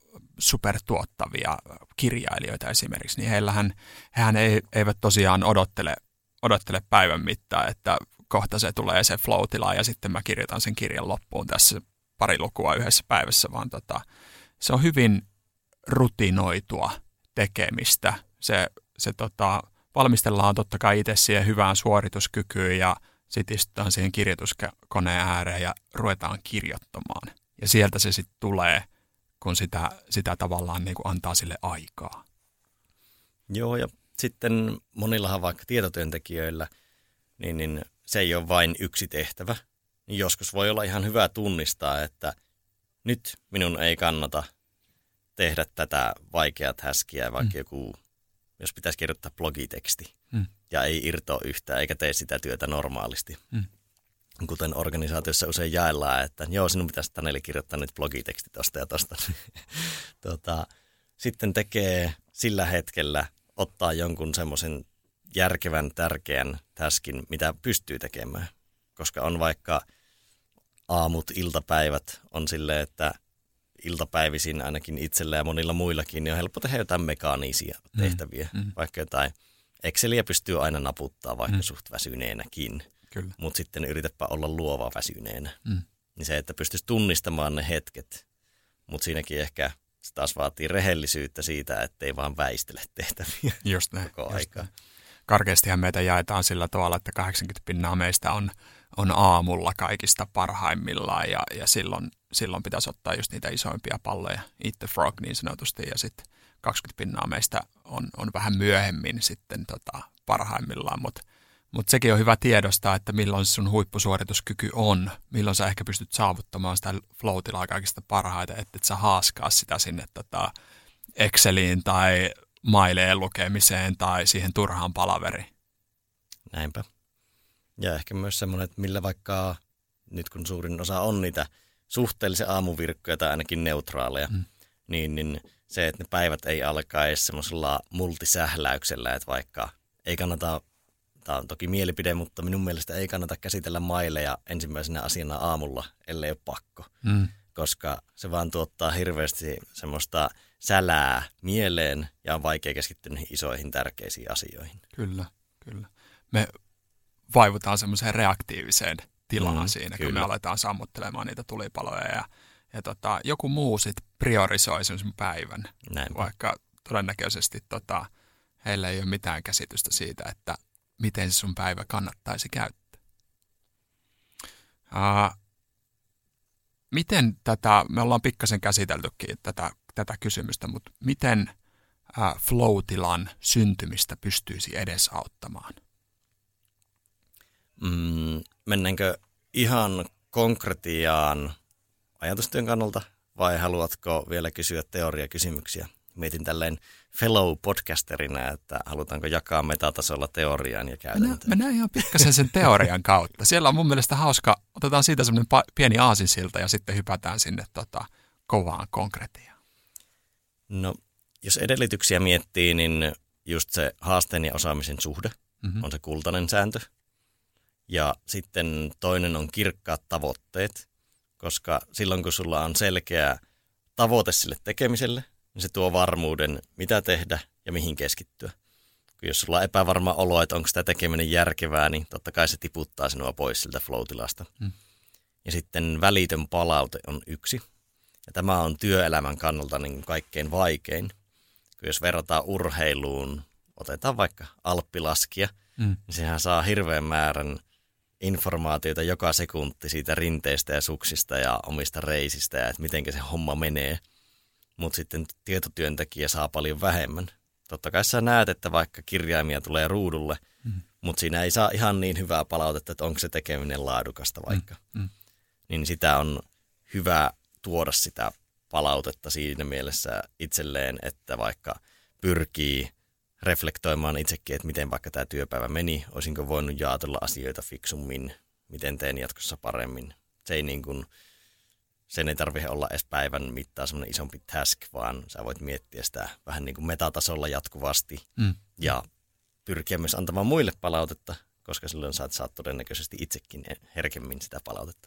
supertuottavia kirjailijoita esimerkiksi, niin heillähän, hehän ei, eivät tosiaan odottele, odottele päivän mittaan, että kohta se tulee se flow-tila ja sitten mä kirjoitan sen kirjan loppuun tässä pari lukua yhdessä päivässä, vaan tota, se on hyvin rutinoitua tekemistä. Se, se tota, valmistellaan totta kai itse siihen hyvään suorituskykyyn ja sitten istutaan siihen kirjoituskoneen ääreen ja ruvetaan kirjoittamaan. Ja sieltä se sitten tulee, kun sitä, sitä tavallaan niin kuin antaa sille aikaa. Joo, ja sitten monillahan vaikka tietotyöntekijöillä, niin, niin se ei ole vain yksi tehtävä. Niin joskus voi olla ihan hyvä tunnistaa, että nyt minun ei kannata tehdä tätä vaikeaa häskiä, vaikka mm. joku, jos pitäisi kirjoittaa blogiteksti mm. ja ei irtoa yhtään eikä tee sitä työtä normaalisti. Mm. Kuten organisaatiossa usein jaellaan, että joo, sinun pitäisi Taneli kirjoittaa nyt blogiteksti tosta ja tosta. tota, sitten tekee sillä hetkellä, ottaa jonkun semmoisen järkevän, tärkeän taskin, mitä pystyy tekemään. Koska on vaikka aamut, iltapäivät on silleen, että iltapäivisin ainakin itsellä ja monilla muillakin, niin on helppo tehdä jotain mekaanisia tehtäviä. Mm, mm. Vaikka jotain Exceliä pystyy aina naputtaa vaikka mm. suht väsyneenäkin. Mutta sitten yritäpä olla luova väsyneenä. Mm. Niin se, että pystyisi tunnistamaan ne hetket. Mutta siinäkin ehkä se taas vaatii rehellisyyttä siitä, ettei vaan väistele tehtäviä just näin, koko just aikaa. Näin. Karkeastihan meitä jaetaan sillä tavalla, että kahdeksankymmentä pinnaa meistä on, on aamulla kaikista parhaimmillaan ja, ja silloin, silloin pitäisi ottaa just niitä isoimpia palloja, eat the frog niin sanotusti, ja sitten kaksikymmentä pinnaa meistä on, on vähän myöhemmin sitten tota parhaimmillaan, mutta mut sekin on hyvä tiedostaa, että milloin sun huippusuorituskyky on, milloin sä ehkä pystyt saavuttamaan sitä flow-tilaa kaikista parhaita, että et sä haaskaa sitä sinne tota Exceliin tai maileen lukemiseen tai siihen turhaan palaveriin. Näinpä. Ja ehkä myös semmoinen, että millä vaikka nyt kun suurin osa on niitä suhteellisen aamuvirkkoja tai ainakin neutraaleja, mm. niin, niin se, että ne päivät ei alkaa edes semmoisella multisähläyksellä, että vaikka ei kannata, tämä on toki mielipide, mutta minun mielestä ei kannata käsitellä maileja ensimmäisenä asiana aamulla, ellei ole pakko, mm. koska se vaan tuottaa hirveästi semmoista sälää mieleen ja on vaikea keskittyä niihin isoihin tärkeisiin asioihin. Kyllä, kyllä. Me vaivutaan semmoiseen reaktiiviseen tilaan mm, siinä, kyllä. kun me aletaan sammuttelemaan niitä tulipaloja ja, ja tota, joku muu sitten priorisoi sen päivän, Näin. vaikka todennäköisesti tota, heillä ei ole mitään käsitystä siitä, että miten se sun päivä kannattaisi käyttää. Uh, miten tätä, me ollaan pikkasen käsiteltykin tätä, tätä kysymystä, mutta miten uh, flow-tilan syntymistä pystyisi edesauttamaan? Mm, mennäänkö ihan konkretiaan ajatustyön kannalta vai haluatko vielä kysyä teoriakysymyksiä? Mietin tälleen fellow-podcasterina, että halutaanko jakaa metatasolla teoriaan ja käytäntöön. Mennään ihan pikkasen sen teorian kautta. Siellä on mun mielestä hauska, otetaan siitä semmoinen pa- pieni aasinsilta ja sitten hypätään sinne tota, kovaan konkretiaan. No, jos edellytyksiä miettii, niin just se haasteen ja osaamisen suhde mm-hmm. on se kultainen sääntö. Ja sitten toinen on kirkkaat tavoitteet, koska silloin kun sulla on selkeä tavoite sille tekemiselle, niin se tuo varmuuden, mitä tehdä ja mihin keskittyä. Kun jos sulla on epävarma olo, että onko sitä tekeminen järkevää, niin totta kai se tiputtaa sinua pois siltä flow-tilasta. Mm. Ja sitten välitön palaute on yksi. Ja tämä on työelämän kannalta niin kaikkein vaikein. Kun jos verrataan urheiluun, otetaan vaikka alppilaskia, mm. niin sehän saa hirveän määrän informaatiota joka sekunti siitä rinteistä ja suksista ja omista reisistä ja että miten se homma menee. Mutta sitten tietotyöntekijä saa paljon vähemmän. Totta kai sä näet, että vaikka kirjaimia tulee ruudulle, mm. mutta siinä ei saa ihan niin hyvää palautetta, että onko se tekeminen laadukasta vaikka. Mm. Mm. Niin sitä on hyvä tuoda sitä palautetta siinä mielessä itselleen, että vaikka pyrkii reflektoimaan itsekin, että miten vaikka tämä työpäivä meni, olisinko voinut jaotella asioita fiksummin, miten teen jatkossa paremmin. Se ei niin kuin, sen ei tarvitse olla edes päivän mittaan semmoinen isompi task, vaan sä voit miettiä sitä vähän niin kuin metatasolla jatkuvasti mm. ja pyrkiä myös antamaan muille palautetta, koska silloin saat, saat todennäköisesti itsekin herkemmin sitä palautetta.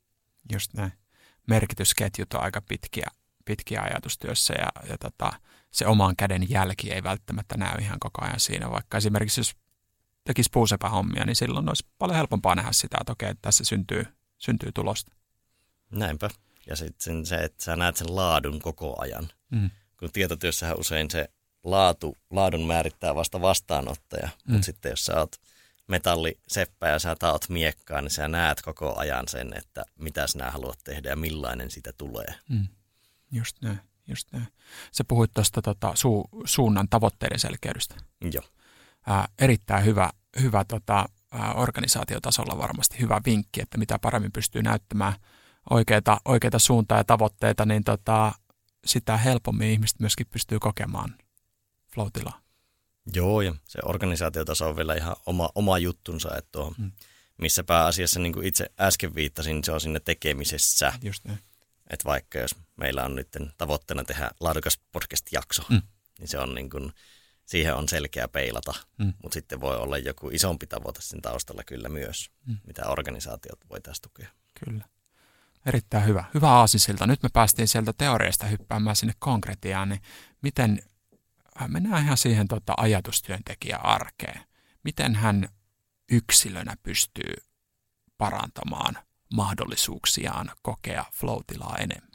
Just näin. Merkitysketjut on aika pitkiä, pitkiä ajatustyössä ja, ja tota, se oman käden jälki ei välttämättä näy ihan koko ajan siinä. Vaikka esimerkiksi jos tekisi puusepähommia, niin silloin olisi paljon helpompaa nähdä sitä, että okei, tässä syntyy, syntyy tulosta. Näinpä. Ja sitten se, että sä näet sen laadun koko ajan. Mm. Kun tietotyössähän usein se laatu, laadun määrittää vasta vastaanottaja. Mm. Mutta sitten jos sä oot metalliseppä ja sä taot miekkaa, niin sä näet koko ajan sen, että mitä sinä haluat tehdä ja millainen siitä tulee. Mm. Just näin, just näin. Sä puhuit tuosta tota, su, suunnan tavoitteiden selkeydestä. Joo. Ää, erittäin hyvä, hyvä tota, ää, organisaatiotasolla varmasti hyvä vinkki, että mitä paremmin pystyy näyttämään oikeita, oikeita suuntaa ja tavoitteita, niin tota, sitä helpommin ihmiset myöskin pystyy kokemaan flow-tilaa. Joo, ja se organisaatiotaso on vielä ihan oma, oma juttunsa, että tuohon, mm. missä pääasiassa niin kuin itse äsken viittasin, se on siinä tekemisessä. Just näin. Että vaikka jos meillä on nyt tavoitteena tehdä laadukas podcast-jakso, mm. niin se on niin kuin, siihen on selkeä peilata, mm. mutta sitten voi olla joku isompi tavoite sen taustalla kyllä myös, mm. mitä organisaatiot voitaisiin tukea. Kyllä. Erittäin hyvä. Hyvä aasinsilta. Nyt me päästiin sieltä teoriasta hyppäämään sinne konkretiaan, niin miten, mennään ihan siihen tota, ajatustyöntekijän arkeen. Miten hän yksilönä pystyy parantamaan mahdollisuuksiaan kokea flow-tilaa enemmän?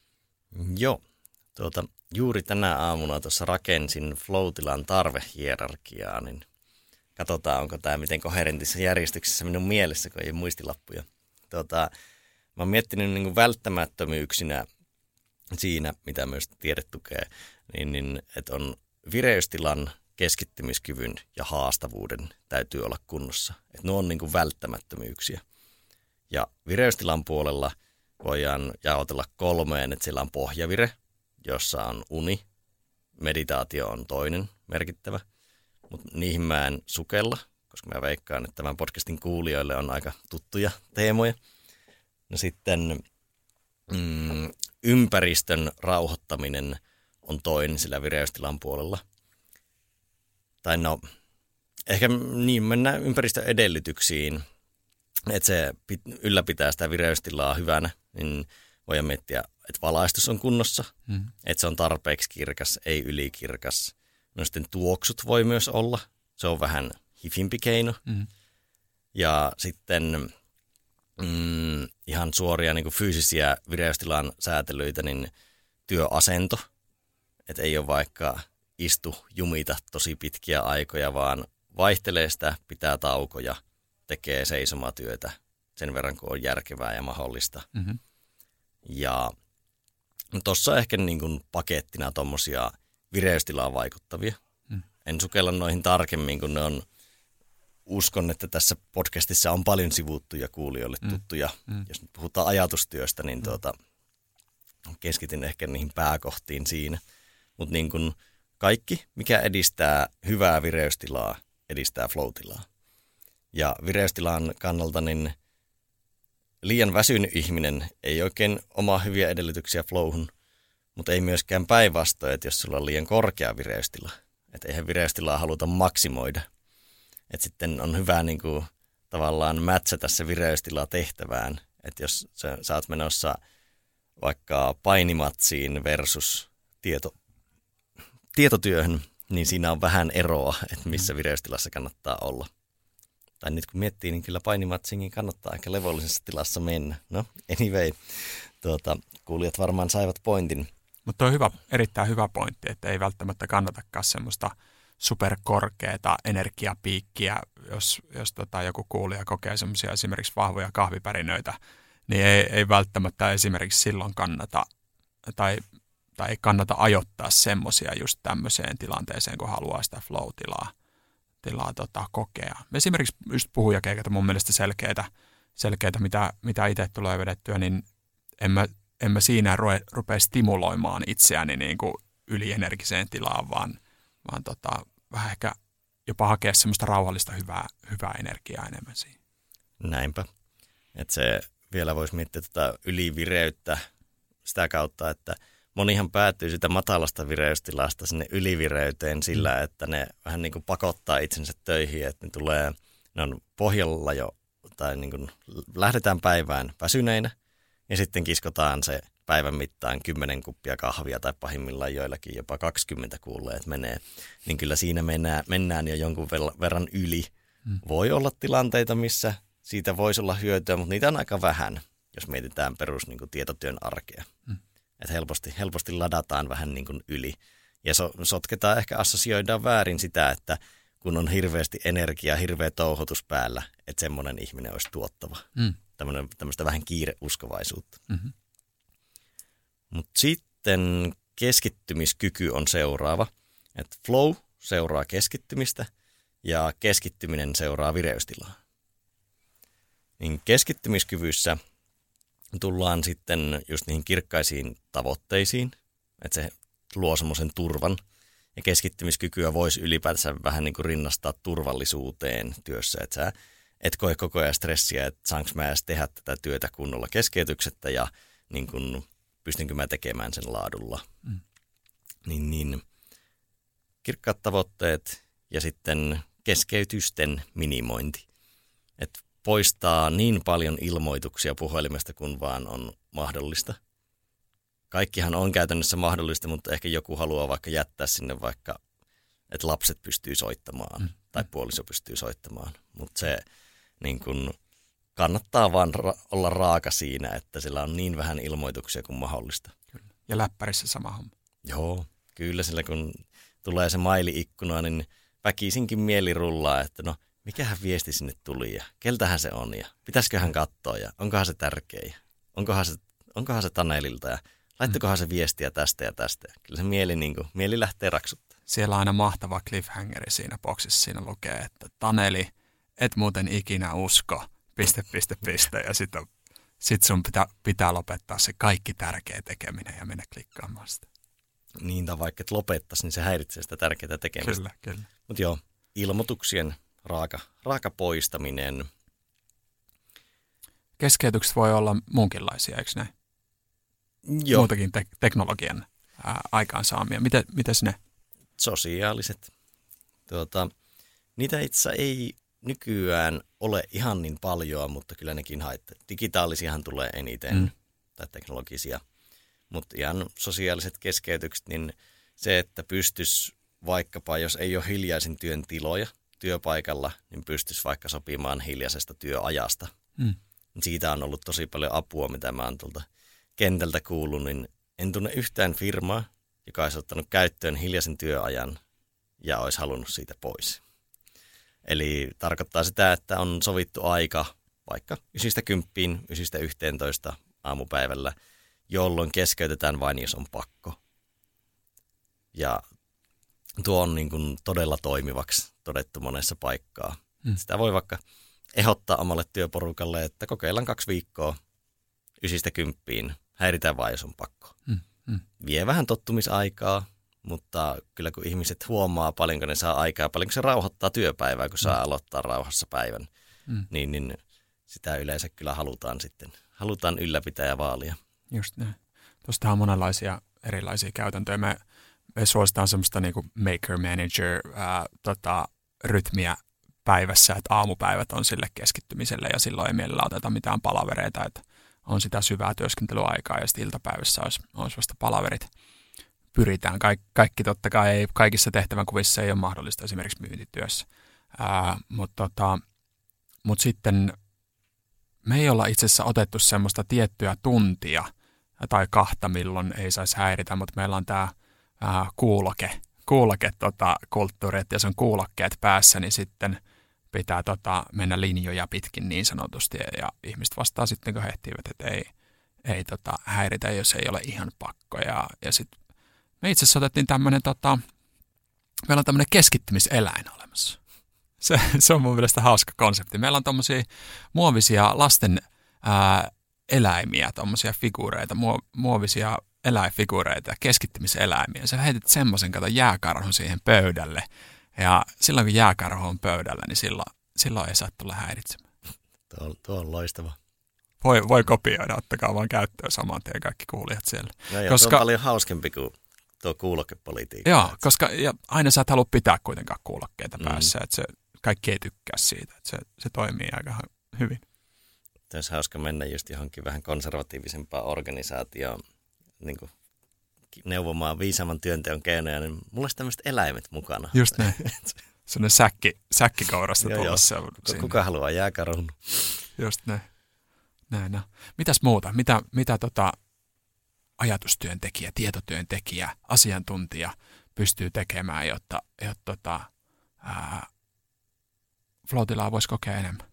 Joo. Tuota, juuri tänä aamuna tuossa rakensin flow-tilan tarvehierarkiaa, niin katsotaan, onko tämä miten koherentissa järjestyksessä minun mielessä, kun ei ole muistilappuja. Tuota, mä oon miettinyt niin kuin välttämättömyyksinä siinä, mitä myös tiede tukee, niin, niin, että on vireystilan, keskittymiskyvyn ja haastavuuden täytyy olla kunnossa. Että nuo on niin kuin välttämättömyyksiä. Ja vireystilan puolella voidaan jaotella kolmeen, että siellä on pohjavire, jossa on uni, meditaatio on toinen merkittävä, mutta niihin mä en sukella, koska mä veikkaan, että tämän podcastin kuulijoille on aika tuttuja teemoja. No sitten mm, ympäristön rauhoittaminen on toinen sillä vireystilan puolella. Tai no, ehkä niin mennään ympäristön edellytyksiin, että se ylläpitää sitä vireystilaa hyvänä, niin voidaan miettiä, että valaistus on kunnossa, mm. että se on tarpeeksi kirkas, ei ylikirkas. No sitten tuoksut voi myös olla, se on vähän hifimpi keino. Mm. Ja sitten mm, ihan suoria niin kuin fyysisiä vireystilan säätelyitä, niin työasento, että ei ole vaikka istu jumita tosi pitkiä aikoja, vaan vaihtelee sitä, pitää taukoja, tekee seisomatyötä sen verran, kun on järkevää ja mahdollista. Mm-hmm. Ja tuossa ehkä niin kuin pakettina tuommoisia vireystilaan vaikuttavia. Mm. En sukella noihin tarkemmin, kun ne on uskon, että tässä podcastissa on paljon sivuttuja kuulijoille tuttuja. Mm. Mm. Jos nyt puhutaan ajatustyöstä, niin mm. tuota, keskityn ehkä niihin pääkohtiin siinä. Mutta niin kun kaikki, mikä edistää hyvää vireystilaa, edistää flow-tilaa. Ja vireystilan kannalta niin liian väsynyt ihminen ei oikein omaa hyviä edellytyksiä flowhun, mutta ei myöskään päinvastoin, että jos sulla on liian korkea vireystila, että eihän vireystilaa haluta maksimoida. Että sitten on hyvä niin kuin, tavallaan matchata se vireystila tehtävään, että jos sä, sä oot menossa vaikka painimatsiin versus tieto, tietotyöhön, niin siinä on vähän eroa, että missä vireystilassa kannattaa olla. Tai nyt kun miettii, niin kyllä painimatsiinkin kannattaa aika levollisessa tilassa mennä. No, anyway, tuota, kuulijat varmaan saivat pointin. Mutta on hyvä, erittäin hyvä pointti, että ei välttämättä kannatakaan semmoista superkorkeata energiapiikkiä, jos, jos tota joku kuulija kokee semmoisia esimerkiksi vahvoja kahvipärinöitä, niin ei, ei välttämättä esimerkiksi silloin kannata, tai, tai ei kannata ajoittaa semmoisia just tämmöiseen tilanteeseen, kun haluaa sitä flow-tilaa tilaa, tota, kokea. Esimerkiksi just puhujakeikat on mun mielestä selkeitä, selkeitä mitä, mitä itse tulee vedettyä, niin en mä, en mä siinä rue, rupea stimuloimaan itseäni niin kuin ylienergiseen tilaan, vaan, vaan tota, vähän ehkä jopa hakea semmoista rauhallista hyvää, hyvää energiaa enemmän siihen. Näinpä. Että se vielä voisi miettiä tätä ylivireyttä sitä kautta, että monihan päätyy sitä matalasta vireystilasta sinne ylivireyteen sillä, että ne vähän niin kuin pakottaa itsensä töihin, että ne tulee, ne on pohjalla jo, tai niin kuin lähdetään päivään väsyneinä, ja sitten kiskotaan se päivän mittaan kymmenen kuppia kahvia, tai pahimmillaan joillakin jopa kaksikymmentä kuulee, että menee, niin kyllä siinä mennään, mennään jo jonkun verran yli. Hmm. Voi olla tilanteita, missä siitä voisi olla hyötyä, mutta niitä on aika vähän, jos mietitään perus niin kuin tietotyön arkea. Hmm. Että helposti, helposti ladataan vähän niin kuin yli. Ja so, sotketaan, ehkä assosioidaan väärin sitä, että kun on hirveästi energiaa, hirveä touhotus päällä, että semmoinen ihminen olisi tuottava. Mm. Tämmöinen, tämmöistä vähän kiireuskovaisuutta. Mm-hmm. Mutta sitten keskittymiskyky on seuraava. Että flow seuraa keskittymistä ja keskittyminen seuraa vireystilaa. Niin keskittymiskyvyssä tullaan sitten just niihin kirkkaisiin tavoitteisiin, että se luo semmoisen turvan. Ja keskittymiskykyä voisi ylipäätänsä vähän niin kuin rinnastaa turvallisuuteen työssä, että sä et koe koko ajan stressiä, että saanko mä edes tehdä tätä työtä kunnolla keskeytyksettä ja niin kuin, pystynkö mä tekemään sen laadulla. Mm. Niin, niin kirkkaat tavoitteet ja sitten keskeytysten minimointi. Että poistaa niin paljon ilmoituksia puhelimesta kuin vaan on mahdollista. Kaikkihan on käytännössä mahdollista, mutta ehkä joku haluaa vaikka jättää sinne vaikka, että lapset pystyy soittamaan mm. tai puoliso pystyy soittamaan. Mutta se niin kun, kannattaa vaan ra- olla raaka siinä, että sillä on niin vähän ilmoituksia kuin mahdollista. Kyllä. Ja läppärissä sama homma. Joo, kyllä sillä kun tulee se maili-ikkuna, niin väkisinkin mieli rullaa, että no mikähän viesti sinne tuli ja keltähän se on ja pitäisiköhän katsoa ja onkohan se tärkeä ja onkohan se, onkohan se Tanelilta ja laittakohan se viestiä tästä ja tästä. Kyllä se mieli, niin kuin, mieli lähtee raksuttaa. Siellä on aina mahtava cliffhangeri siinä boksissa. Siinä lukee, että Taneli, et muuten ikinä usko, piste, piste, piste. Ja sitten sit sun pitää, pitää lopettaa se kaikki tärkeä tekeminen ja mennä klikkaamaan sitä. Niin, tai vaikka et lopettaisi, niin se häiritsee sitä tärkeää tekemistä. Kyllä, kyllä. Mutta joo, ilmoituksien raaka, raaka poistaminen. Keskeytykset voi olla muunkinlaisia, eikö näin? Joo. Muutakin te- teknologian ää, aikaansaamia. Miten, mites ne? Sosiaaliset. Tuota, niitä itse ei nykyään ole ihan niin paljon, mutta kyllä nekin haittaa. Digitaalisiahan tulee eniten, mm. tai teknologisia. Mutta ihan sosiaaliset keskeytykset, niin se, että pystyisi vaikkapa, jos ei ole hiljaisin työn tiloja työpaikalla, niin pystyisi vaikka sopimaan hiljaisesta työajasta. Mm. Siitä on ollut tosi paljon apua, mitä mä oon tuolta kentältä kuullut, niin en tunne yhtään firmaa, joka olisi ottanut käyttöön hiljaisen työajan ja olisi halunnut siitä pois. Eli tarkoittaa sitä, että on sovittu aika vaikka yhdestä kymppiin, yhdestä yhteentoista aamupäivällä, jolloin keskeytetään vain, jos on pakko. Ja tuo on niin kuin todella toimivaksi todettu monessa paikkaa. Mm. Sitä voi vaikka ehdottaa omalle työporukalle, että kokeillaan kaksi viikkoa ysistä kymppiin, häiritään vaan, jos on pakko. Mm. Mm. Vie vähän tottumisaikaa, mutta kyllä kun ihmiset huomaa paljonko ne saa aikaa, paljonko se rauhoittaa työpäivää, kun mm. saa aloittaa rauhassa päivän, mm. niin, niin sitä yleensä kyllä halutaan sitten, halutaan ylläpitää ja vaalia. Just näin. Tuostahan on monenlaisia erilaisia käytäntöjä. Me, me suositaan semmoista niin kuin maker manager ää, tota, rytmiä päivässä, että aamupäivät on sille keskittymiselle ja silloin ei mielellä oteta mitään palavereita, että on sitä syvää työskentelyaikaa ja sitten iltapäivässä olisi, olisi vasta palaverit. Pyritään. Kaik, kaikki totta kai ei, kaikissa tehtävänkuvissa ei ole mahdollista esimerkiksi myyntityössä, ää, mutta tota, mut sitten me ei olla itse asiassa otettu semmoista tiettyä tuntia tai kahta, milloin ei saisi häiritä, mutta meillä on tämä ää, kuuloke, kuuloke tota, kulttuuri, että jos on kuulokkeet päässä, niin sitten pitää tota, mennä linjoja pitkin niin sanotusti, ja ihmiset vastaa sitten, kun he ehtivät, että ei, ei tota, häiritä, jos ei ole ihan pakko. Ja, ja sitten me itse asiassa otettiin tämmöinen, tota, meillä on tämmöinen keskittymiseläin olemassa. Se, se on mun mielestä hauska konsepti. Meillä on tommosia muovisia lasten ää, eläimiä, tommosia figuureita, muo, muovisia eläinfiguureita, keskittymiseläimiä. Sä heitit semmoisen, kato, jääkarhun siihen pöydälle. Ja silloin, kun jääkarhu on pöydällä, niin silloin, silloin ei saa tulla häiritsemään. Tuo, tuo on loistava. Voi, voi kopioida, ottakaa vaan käyttöön saman tien kaikki kuulijat siellä. No joo, koska, tuo on paljon hauskempi kuin tuo kuulokkepolitiikka. Joo, koska ja aina sä et halua pitää kuitenkaan kuulokkeita mm. päässä, että se, kaikki ei tykkää siitä, että se, se toimii aika hyvin. Olisi hauska mennä just johonkin vähän konservatiivisempaan organisaatioon, niin kuin neuvomaan viisaamman työnteon keinoja, niin mulla olisi tämmöiset eläimet mukana. Just näin. Sellainen säkki, säkkikourasta tulossa. Kuka haluaa jääkarhun? Just näin. näin no. Mitäs muuta? Mitä, mitä tota ajatustyöntekijä, tietotyöntekijä, asiantuntija pystyy tekemään, jotta, jotta tota, ää, Floatilaa voisi kokea enemmän?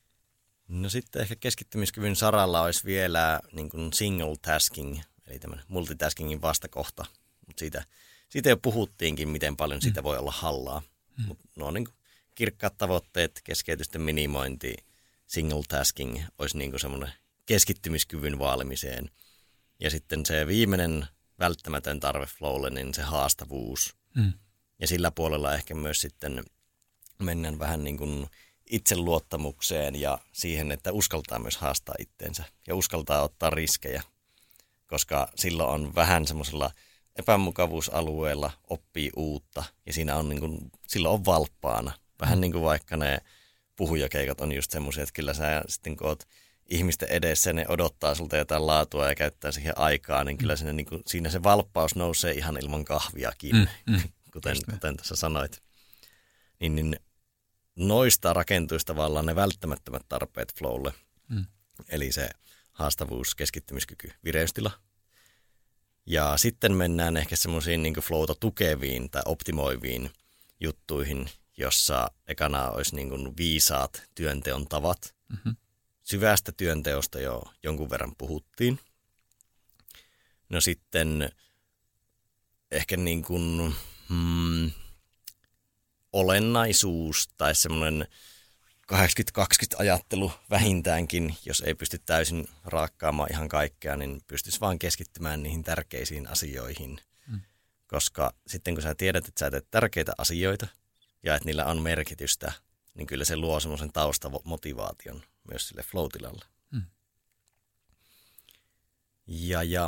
No sitten ehkä keskittymiskyvyn saralla olisi vielä niin kuin single tasking, eli tämmöinen multitaskingin vastakohta. Mutta siitä, siitä jo puhuttiinkin, miten paljon siitä mm. voi olla hallaa. Mm. Mut nuo niin kuin kirkkaat tavoitteet, keskeytysten minimointi, single tasking olisi niin kuin semmoinen keskittymiskyvyn vaalimiseen. Ja sitten se viimeinen välttämätön tarve flowlle, niin se haastavuus. Mm. Ja sillä puolella ehkä myös sitten mennään vähän niin kuin itseluottamukseen ja siihen, että uskaltaa myös haastaa itteensä ja uskaltaa ottaa riskejä, koska silloin on vähän semmoisella epämukavuusalueella oppii uutta ja siinä on niin kuin, silloin on valppaana. Vähän niin kuin vaikka ne puhujakeikat on just semmoisia, että kyllä sä sitten kun oot ihmisten edessä ne odottaa sulta jotain laatua ja käyttää siihen aikaa, niin kyllä siinä, niin kuin, siinä se valppaus nousee ihan ilman kahviakin, mm, mm, kuten, kuten tässä sanoit. Niin, niin noista rakentuisi tavallaan ne välttämättömät tarpeet flowlle, mm. eli se haastavuus, keskittymiskyky, vireystila. Ja sitten mennään ehkä semmoisiin niin kuin flowta tukeviin tai optimoiviin juttuihin, jossa ekana olisi niin kuin viisaat työnteon tavat. Mm-hmm. Syvästä työnteosta jo jonkun verran puhuttiin. No sitten ehkä niin kuin hmm, olennaisuus tai semmoinen kahdeksankymmentä kaksikymmentä ajattelu vähintäänkin, jos ei pysty täysin raakkaamaan ihan kaikkea, niin pystyisi vaan keskittymään niihin tärkeisiin asioihin. Mm. Koska sitten kun sä tiedät, että sä teet tärkeitä asioita ja että niillä on merkitystä, niin kyllä se luo semmoisen taustamotivaation myös sille flow-tilalle. Mm. Ja, ja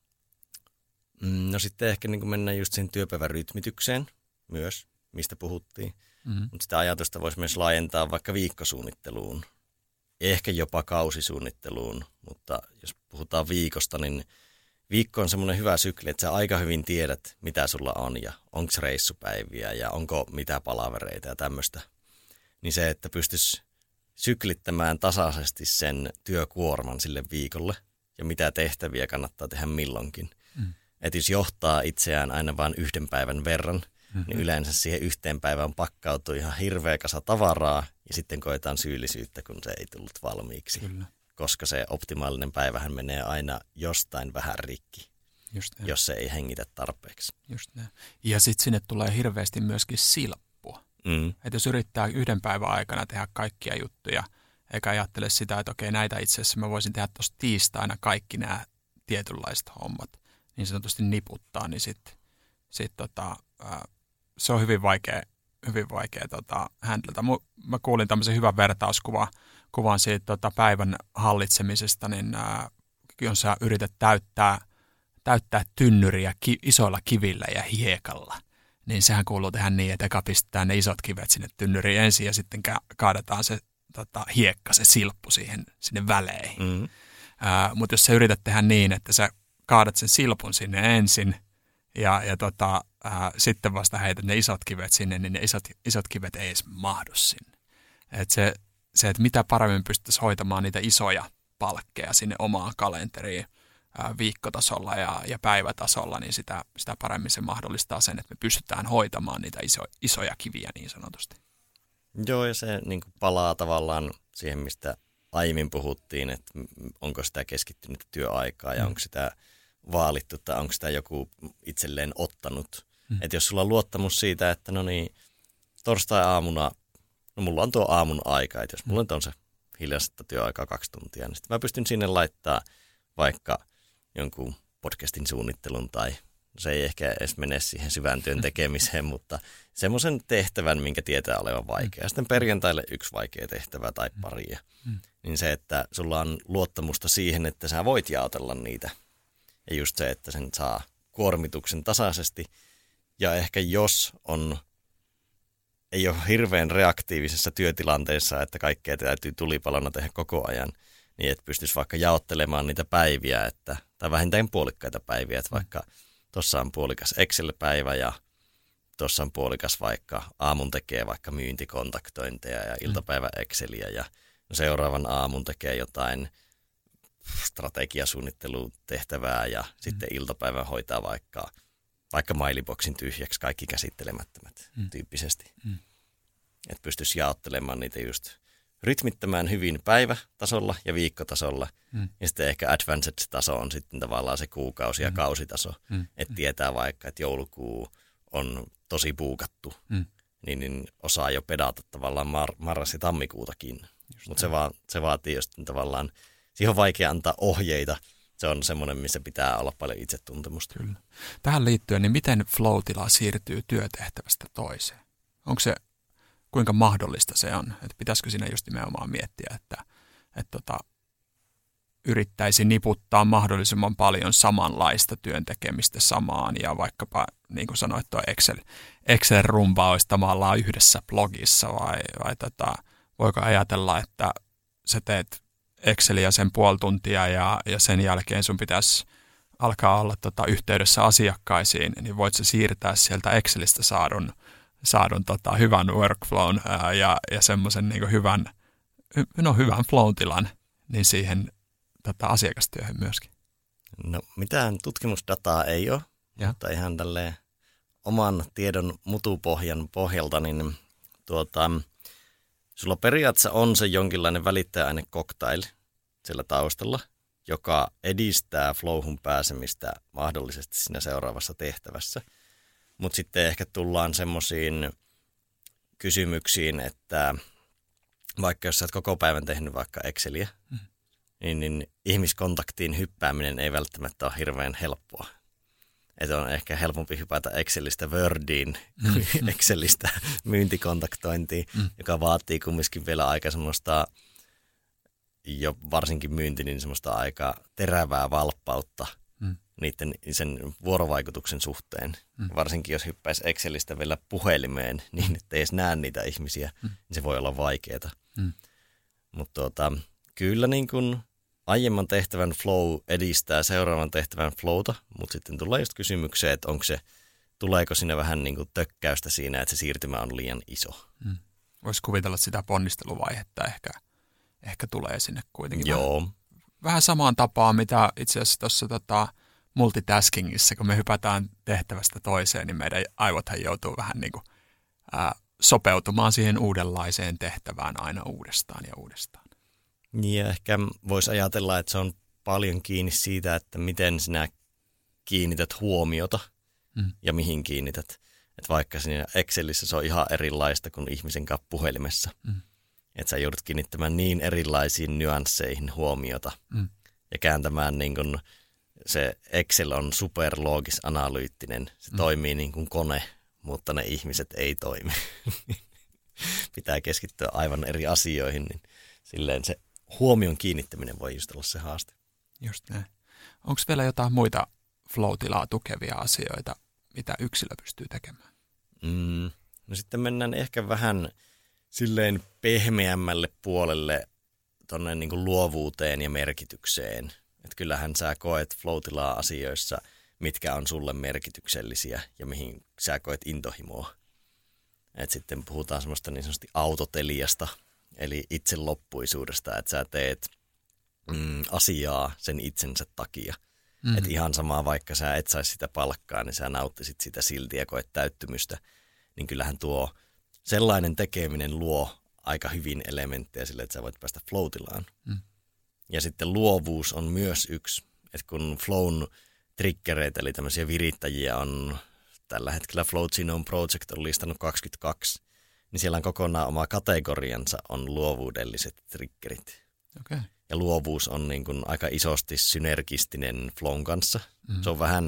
no sitten ehkä niin kuin mennään just sen työpäivän rytmitykseen myös, mistä puhuttiin. Mm-hmm. Mutta sitä ajatusta voisi myös laajentaa vaikka viikkosuunnitteluun, ehkä jopa kausisuunnitteluun, mutta jos puhutaan viikosta, niin viikko on semmoinen hyvä sykli, että sä aika hyvin tiedät, mitä sulla on ja onko reissupäiviä ja onko mitä palavereita ja tämmöistä. Niin se, että pystyisi syklittämään tasaisesti sen työkuorman sille viikolle ja mitä tehtäviä kannattaa tehdä milloinkin. Mm. Että jos johtaa itseään aina vain yhden päivän verran, mm-hmm. niin yleensä siihen yhteen päivään pakkautuu ihan hirveä kasa tavaraa ja sitten koetaan syyllisyyttä, kun se ei tullut valmiiksi. Kyllä. Koska se optimaalinen päivähän menee aina jostain vähän rikki, jos se ei hengitä tarpeeksi. Just näin. Ja sitten sinne tulee hirveästi myöskin silppua. Mm. Että jos yrittää yhden päivän aikana tehdä kaikkia juttuja, eikä ajattele sitä, että okei, näitä itse asiassa mä voisin tehdä tuossa tiistaina kaikki nämä tietynlaiset hommat, niin sanotusti niputtaa, niin sitten sit tota, se on hyvin vaikea, hyvin vaikea tota, handlata. Mä kuulin tämmöisen hyvän vertauskuvan kuvan siitä tota, päivän hallitsemisesta, niin ää, jos sä yrität täyttää, täyttää tynnyriä ki, isoilla kivillä ja hiekalla, niin sehän kuuluu tehdä niin, että eka pistetään ne isot kivet sinne tynnyriin ensin ja sitten ka- kaadetaan se tota, hiekka, se silppu siihen, sinne väleihin. Mm-hmm. Mutta jos sä yrität tehdä niin, että sä kaadat sen silpun sinne ensin ja, ja tota, ää, sitten vasta heität ne isot kivet sinne, niin ne isot, isot kivet ei edes mahdu sinne. Et se, se, että mitä paremmin pystyttäisiin hoitamaan niitä isoja palkkeja sinne omaan kalenteriin ää, viikkotasolla ja, ja päivätasolla, niin sitä, sitä paremmin se mahdollistaa sen, että me pystytään hoitamaan niitä iso, isoja kiviä niin sanotusti. Joo, ja se niin kuin palaa tavallaan siihen, mistä aiemmin puhuttiin, että onko sitä keskittynyt työaikaa ja mm. onko sitä vaalittu tai onko sitä joku itselleen ottanut. Mm. Että jos sulla on luottamus siitä, että no niin, torstai-aamuna, no mulla on tuo aamun aika, että jos mulla on se hiljaisesta työaikaa kaksi tuntia, niin sitten mä pystyn sinne laittaa vaikka jonkun podcastin suunnittelun tai se ei ehkä edes mene siihen syvän työn tekemiseen, mutta semmoisen tehtävän, minkä tietää olevan vaikea. Sitten perjantaille yksi vaikea tehtävä tai paria. Mm. Niin se, että sulla on luottamusta siihen, että sä voit jaotella niitä. Ja just se, että sen saa kuormituksen tasaisesti. Ja ehkä jos on, ei ole hirveän reaktiivisessa työtilanteessa, että kaikkea täytyy tulipalona tehdä koko ajan, niin et pystyisi vaikka jaottelemaan niitä päiviä, että, tai vähintään puolikkaita päiviä, että vaikka tuossa on puolikas Excel-päivä ja tuossa on puolikas vaikka aamun tekee vaikka myyntikontaktointeja ja iltapäivä Exceliä ja seuraavan aamun tekee jotain strategiasuunnittelutehtävää ja mm. sitten iltapäivän hoitaa vaikka, vaikka mailiboxin tyhjäksi kaikki käsittelemättömät mm. tyyppisesti. Mm. Että pystyisi jaottelemaan niitä just rytmittämään hyvin päivätasolla ja viikkotasolla. Mm. Ja sitten ehkä advanced-taso on sitten tavallaan se kuukausi- ja mm. kausitaso. Mm. Että tietää vaikka, että joulukuu on tosi buukattu, mm. niin, niin osaa jo pedata tavallaan mar- marras- ja tammikuutakin. Mutta se, va- se vaatii just tavallaan, siihen on vaikea antaa ohjeita. Se on semmoinen, missä pitää olla paljon itsetuntemusta. Kyllä. Tähän liittyen, niin miten flow-tila siirtyy työtehtävästä toiseen? Onko se, kuinka mahdollista se on? Että pitäisikö siinä just nimenomaan miettiä, että, että tota, yrittäisi niputtaa mahdollisimman paljon samanlaista työn tekemistä samaan ja vaikkapa, niin kuin sanoit, tuo Excel, Excel-rumba olisi tavallaan yhdessä blogissa vai, vai tota, voiko ajatella, että sä teet Exceliä sen puoli tuntia ja, ja sen jälkeen sun pitäisi alkaa olla tota, yhteydessä asiakkaisiin, niin voit sä siirtää sieltä Excelistä saadun, saadun tota, hyvän workflown ää, ja, ja semmoisen niin hyvän, no, hyvän flow-tilan niin siihen tota, asiakastyöhön myöskin. No mitään tutkimusdataa ei ole, ja. Mutta ihan tälleen oman tiedon mutupohjan pohjalta, niin tuota, sulla periaatteessa on se jonkinlainen välittäjäaine cocktail siellä taustalla, joka edistää flowhun pääsemistä mahdollisesti siinä seuraavassa tehtävässä. Mutta sitten ehkä tullaan semmoisiin kysymyksiin, että vaikka jos sä oot koko päivän tehnyt vaikka Exceliä, mm. niin, niin ihmiskontaktiin hyppääminen ei välttämättä ole hirveän helppoa. Että on ehkä helpompi hypätä Excelistä Wordiin kuin mm. Excelistä myyntikontaktointiin, mm. joka vaatii kumminkin vielä aika semmoista, jo varsinkin myynti, niin semmoista aika terävää valppautta mm. niiden sen vuorovaikutuksen suhteen. Mm. Varsinkin jos hyppäisi Excelistä vielä puhelimeen, niin ettei edes näe niitä ihmisiä, mm. niin se voi olla vaikeaa. Mm. Mutta tuota, kyllä niin kuin aiemman tehtävän flow edistää seuraavan tehtävän flowta, mutta sitten tulee just kysymykseen, että onko se, tuleeko siinä vähän niin kuin tökkäystä siinä, että se siirtymä on liian iso. Mm. Voisi kuvitella sitä ponnisteluvaihetta ehkä, ehkä tulee sinne kuitenkin. Joo. Vähän, vähän samaan tapaan, mitä itse asiassa tuossa tota, multitaskingissa, kun me hypätään tehtävästä toiseen, niin meidän aivothan joutuu vähän niin kuin, ää, sopeutumaan siihen uudenlaiseen tehtävään aina uudestaan ja uudestaan. Ja ehkä voisi ajatella, että se on paljon kiinni siitä, että miten sinä kiinnität huomiota mm. ja mihin kiinnität. Että vaikka siinä Excelissä se on ihan erilaista kuin ihmisen kanssa puhelimessa. Mm. Että sä joudut kiinnittämään niin erilaisiin nyansseihin huomiota mm. ja kääntämään niin kuin se Excel on superloogis-analyyttinen. Se mm. toimii niin kuin kone, mutta ne ihmiset ei toimi. Pitää keskittyä aivan eri asioihin, niin silleen se huomion kiinnittäminen voi just olla se haaste. Just näin. Onko vielä jotain muita flow-tilaa tukevia asioita, mitä yksilö pystyy tekemään? Mm, no sitten mennään ehkä vähän silleen pehmeämmälle puolelle tuonne niin kuin luovuuteen ja merkitykseen. Että kyllähän sä koet flow-tilaa asioissa, mitkä on sulle merkityksellisiä ja mihin sä koet intohimoa. Et sitten puhutaan semmoista niin sanotusti autoteliasta, eli itseloppuisuudesta, että sä teet mm, asiaa sen itsensä takia. Mm-hmm. Että ihan samaa, vaikka sä et saisi sitä palkkaa, niin sä nauttisit sitä silti ja koet täyttymystä. Niin kyllähän tuo sellainen tekeminen luo aika hyvin elementtejä sille, että sä voit päästä flow-tilaan. Mm. Ja sitten luovuus on myös yksi, että kun flown triggereitä, eli tämmöisiä virittäjiä on tällä hetkellä Flow Genome Project on listannut kaksikymmentäkaksi, niin siellä on kokonaan oma kategoriansa on luovuudelliset triggerit. Okay. Ja luovuus on niin kuin aika isosti synergistinen flown kanssa. Mm-hmm. Se on vähän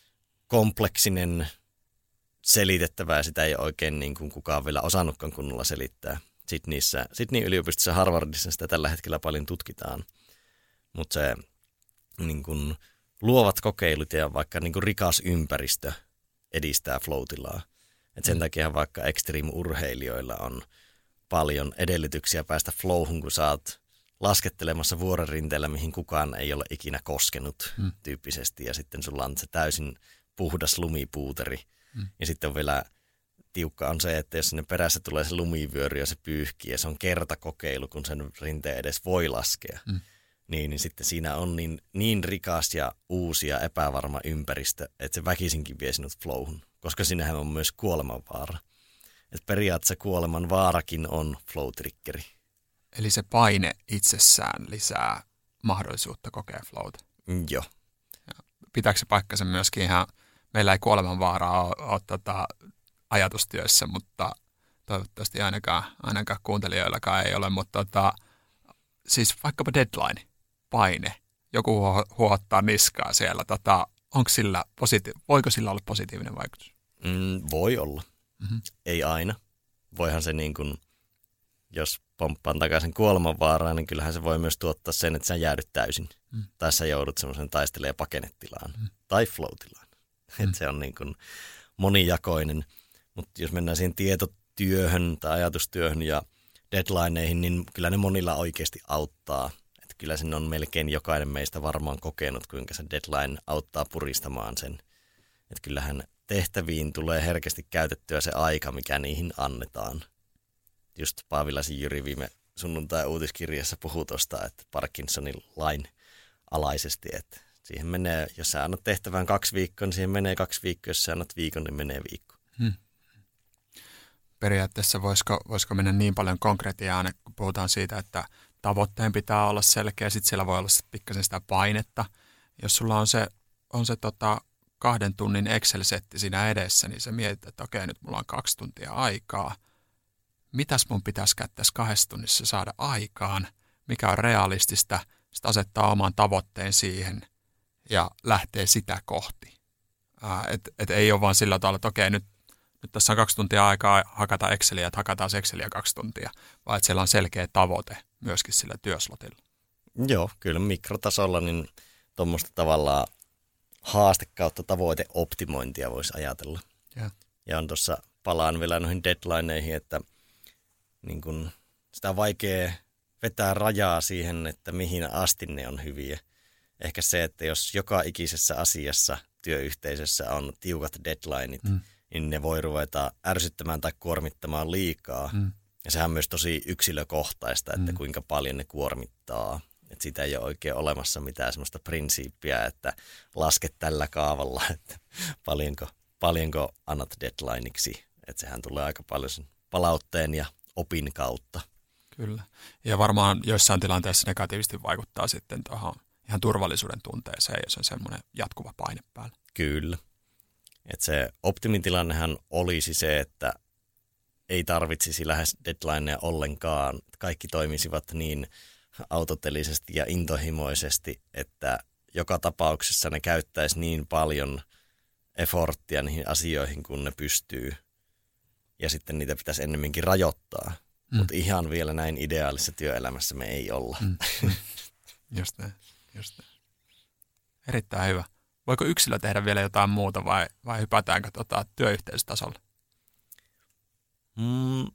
kompleksinen, selitettävää, sitä ei oikein niin kuin kukaan vielä osannutkaan kunnolla selittää. Sydneyssä, Sydneyn yliopistossa Harvardissa sitä tällä hetkellä paljon tutkitaan, mutta se niin kuin luovat kokeilut ja vaikka niin kuin rikas ympäristö edistää flow-tilaa. Et sen takia vaikka extreme-urheilijoilla on paljon edellytyksiä päästä flowhun, kun sä oot laskettelemassa vuoren rinteellä, mihin kukaan ei ole ikinä koskenut mm. tyyppisesti. Ja sitten sulla on se täysin puhdas lumipuuteri. Mm. Ja sitten on vielä tiukka on se, että jos sinne perässä tulee se lumivyöry ja se pyyhkii ja se on kertakokeilu, kun sen rinteen edes voi laskea. Mm. Niin, niin sitten siinä on niin, niin rikas ja uusi ja epävarma ympäristö, että se väkisinkin vie sinut flowhun, koska siinähän on myös kuolemanvaara. Että periaatteessa kuoleman vaarakin on flow-triggeri. Eli se paine itsessään lisää mahdollisuutta kokea flowta. Mm, joo. Pitääkö se paikkansa myöskin ihan, meillä ei kuolemanvaaraa ole, ole tota, ajatustyössä, mutta toivottavasti ainakaan, ainakaan kuuntelijoillakaan ei ole, mutta tota, siis vaikkapa deadline, paine, joku huohottaa niskaa siellä, tota, onko sillä positi- voiko sillä olla positiivinen vaikutus? Mm, voi olla. Mm-hmm. Ei aina. Voihan se niin kuin, jos pomppaan takaisin kuolemanvaaraan, niin kyllähän se voi myös tuottaa sen, että sä jäädyt täysin. Mm. Tai sä joudut semmoisen taistele- ja pakennetilaan. Mm. Tai flow-tilaan. Mm. Että se on niin kuin monijakoinen. Mutta jos mennään siihen tietotyöhön tai ajatustyöhön ja deadlineihin, niin kyllä ne monilla oikeasti auttaa. Että kyllä sen on melkein jokainen meistä varmaan kokenut, kuinka se deadline auttaa puristamaan sen. Että kyllähän tehtäviin tulee herkästi käytettyä se aika, mikä niihin annetaan. Just Paavilaisen Jyri viime sunnuntai-uutiskirjassa puhuu tuosta, että Parkinsonin lain alaisesti, että siihen menee, jos sä annat tehtävään kaksi viikkoa, niin siihen menee kaksi viikkoa, jos sä annat viikon, niin menee viikko. Hmm. Periaatteessa voisiko, voisiko mennä niin paljon konkretiaan, kun puhutaan siitä, että tavoitteen pitää olla selkeä, sitten siellä voi olla pikkasen sitä painetta. Jos sulla on se, on se tota, kahden tunnin Excel-setti siinä edessä, niin sä mietit, että okei, nyt mulla on kaksi tuntia aikaa. Mitäs mun pitäisi tässä kahdessa tunnissa saada aikaan? Mikä on realistista? Sitten asettaa oman tavoitteen siihen ja lähtee sitä kohti. Että et ei ole vaan sillä tavalla, että okei, nyt, nyt tässä on kaksi tuntia aikaa hakata Exceliä, että hakataan Exceliä kaksi tuntia, vaan että siellä on selkeä tavoite myöskin sillä työslotilla. Joo, kyllä mikrotasolla niin tuommoista tavallaan haaste kautta tavoiteoptimointia voisi ajatella. Ja, ja on tuossa, palaan vielä noihin deadlineihin, että niin kun sitä on vaikea vetää rajaa siihen, että mihin asti ne on hyviä. Ehkä se, että jos joka ikisessä asiassa työyhteisössä on tiukat deadlineit, mm. niin ne voi ruveta ärsyttämään tai kuormittamaan liikaa. Mm. Ja sehän on myös tosi yksilökohtaista, että mm. kuinka paljon ne kuormittaa. Että siitä ei ole oikein olemassa mitään sellaista prinsiippiä, että laske tällä kaavalla, että paljonko, paljonko annat deadlineiksi. Että sehän tulee aika paljon sen palautteen ja opin kautta. Kyllä. Ja varmaan joissain tilanteissa negatiivisesti vaikuttaa sitten tuohon ihan turvallisuuden tunteeseen, jos on semmoinen jatkuva paine päällä. Kyllä. Että se optimitilannehan olisi se, että ei tarvitsisi lähes deadlineja ollenkaan. Kaikki toimisivat niin autotelisesti ja intohimoisesti, että joka tapauksessa ne käyttäisi niin paljon efforttia niihin asioihin, kun ne pystyy. Ja sitten niitä pitäisi ennemminkin rajoittaa. Mm. Mutta ihan vielä näin ideaalisessa työelämässä me ei olla. Mm. Just näin, just näin. Erittäin hyvä. Voiko yksilö tehdä vielä jotain muuta vai, vai hypätäänkö tota työyhteisötasolle? Mm.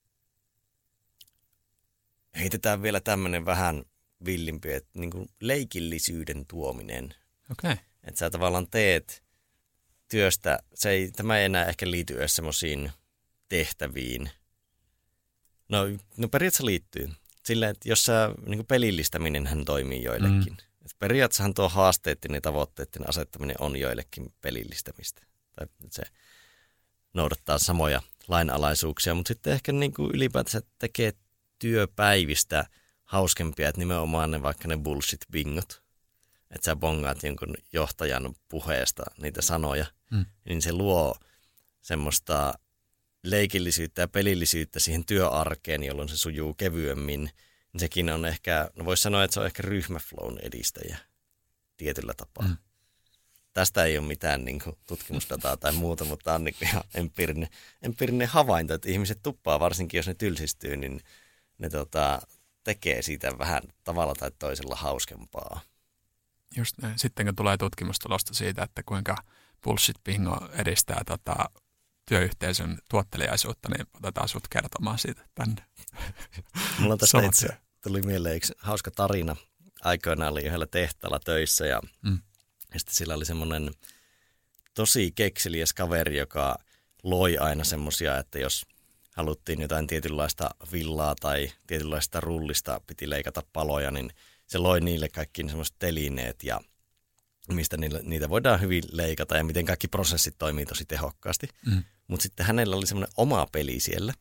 Heitetään vielä tämmöinen vähän villimpi, että niin kuin leikillisyyden tuominen. Okei. Okay. Että sä tavallaan teet työstä, se ei, tämä ei enää ehkä liity edes semmoisiin tehtäviin. No, no periaatteessa liittyy. Silleen, että jos sä, niin kuin pelillistäminenhän toimii joillekin. Mm. Et periaatteessahan tuo haasteiden ja tavoitteiden asettaminen on joillekin pelillistämistä. Tai se noudattaa samoja lainalaisuuksia, mutta sitten ehkä niin kuin ylipäätänsä tekee työpäivistä hauskempia, että nimenomaan ne vaikka ne bullshit-bingot. Että sä bongaat jonkun johtajan puheesta niitä sanoja, mm. niin se luo semmoista leikillisyyttä ja pelillisyyttä siihen työarkeen, jolloin se sujuu kevyemmin. Niin sekin on ehkä, no voisi sanoa, että se on ehkä ryhmäflown edistäjä tietyllä tapaa. Mm. Tästä ei ole mitään niin kuin, tutkimusdataa tai muuta, mutta on niin kuin, ihan empiirinen, empiirinen havainto, että ihmiset tuppaa, varsinkin jos ne tylsistyy, niin ne tota, tekee siitä vähän tavalla tai toisella hauskempaa. Just näin. Sitten kun tulee tutkimustulosta siitä, että kuinka bullshit-bingo edistää tota, työyhteisön tuotteliaisuutta, niin otetaan sut kertomaan siitä tänne. Mulla on tästä itse tuli mieleen yksi hauska tarina. Aikoinaan oli yhdellä tehtaalla töissä ja, mm. ja sitten sillä oli semmoinen tosi kekseliäs kaveri, joka loi aina semmoisia, että jos haluttiin jotain tietynlaista villaa tai tietynlaista rullista piti leikata paloja, niin se loi niille kaikki semmoiset telineet ja mistä niitä voidaan hyvin leikata ja miten kaikki prosessit toimii tosi tehokkaasti. Mm. Mutta sitten hänellä oli semmoinen oma peli siellä.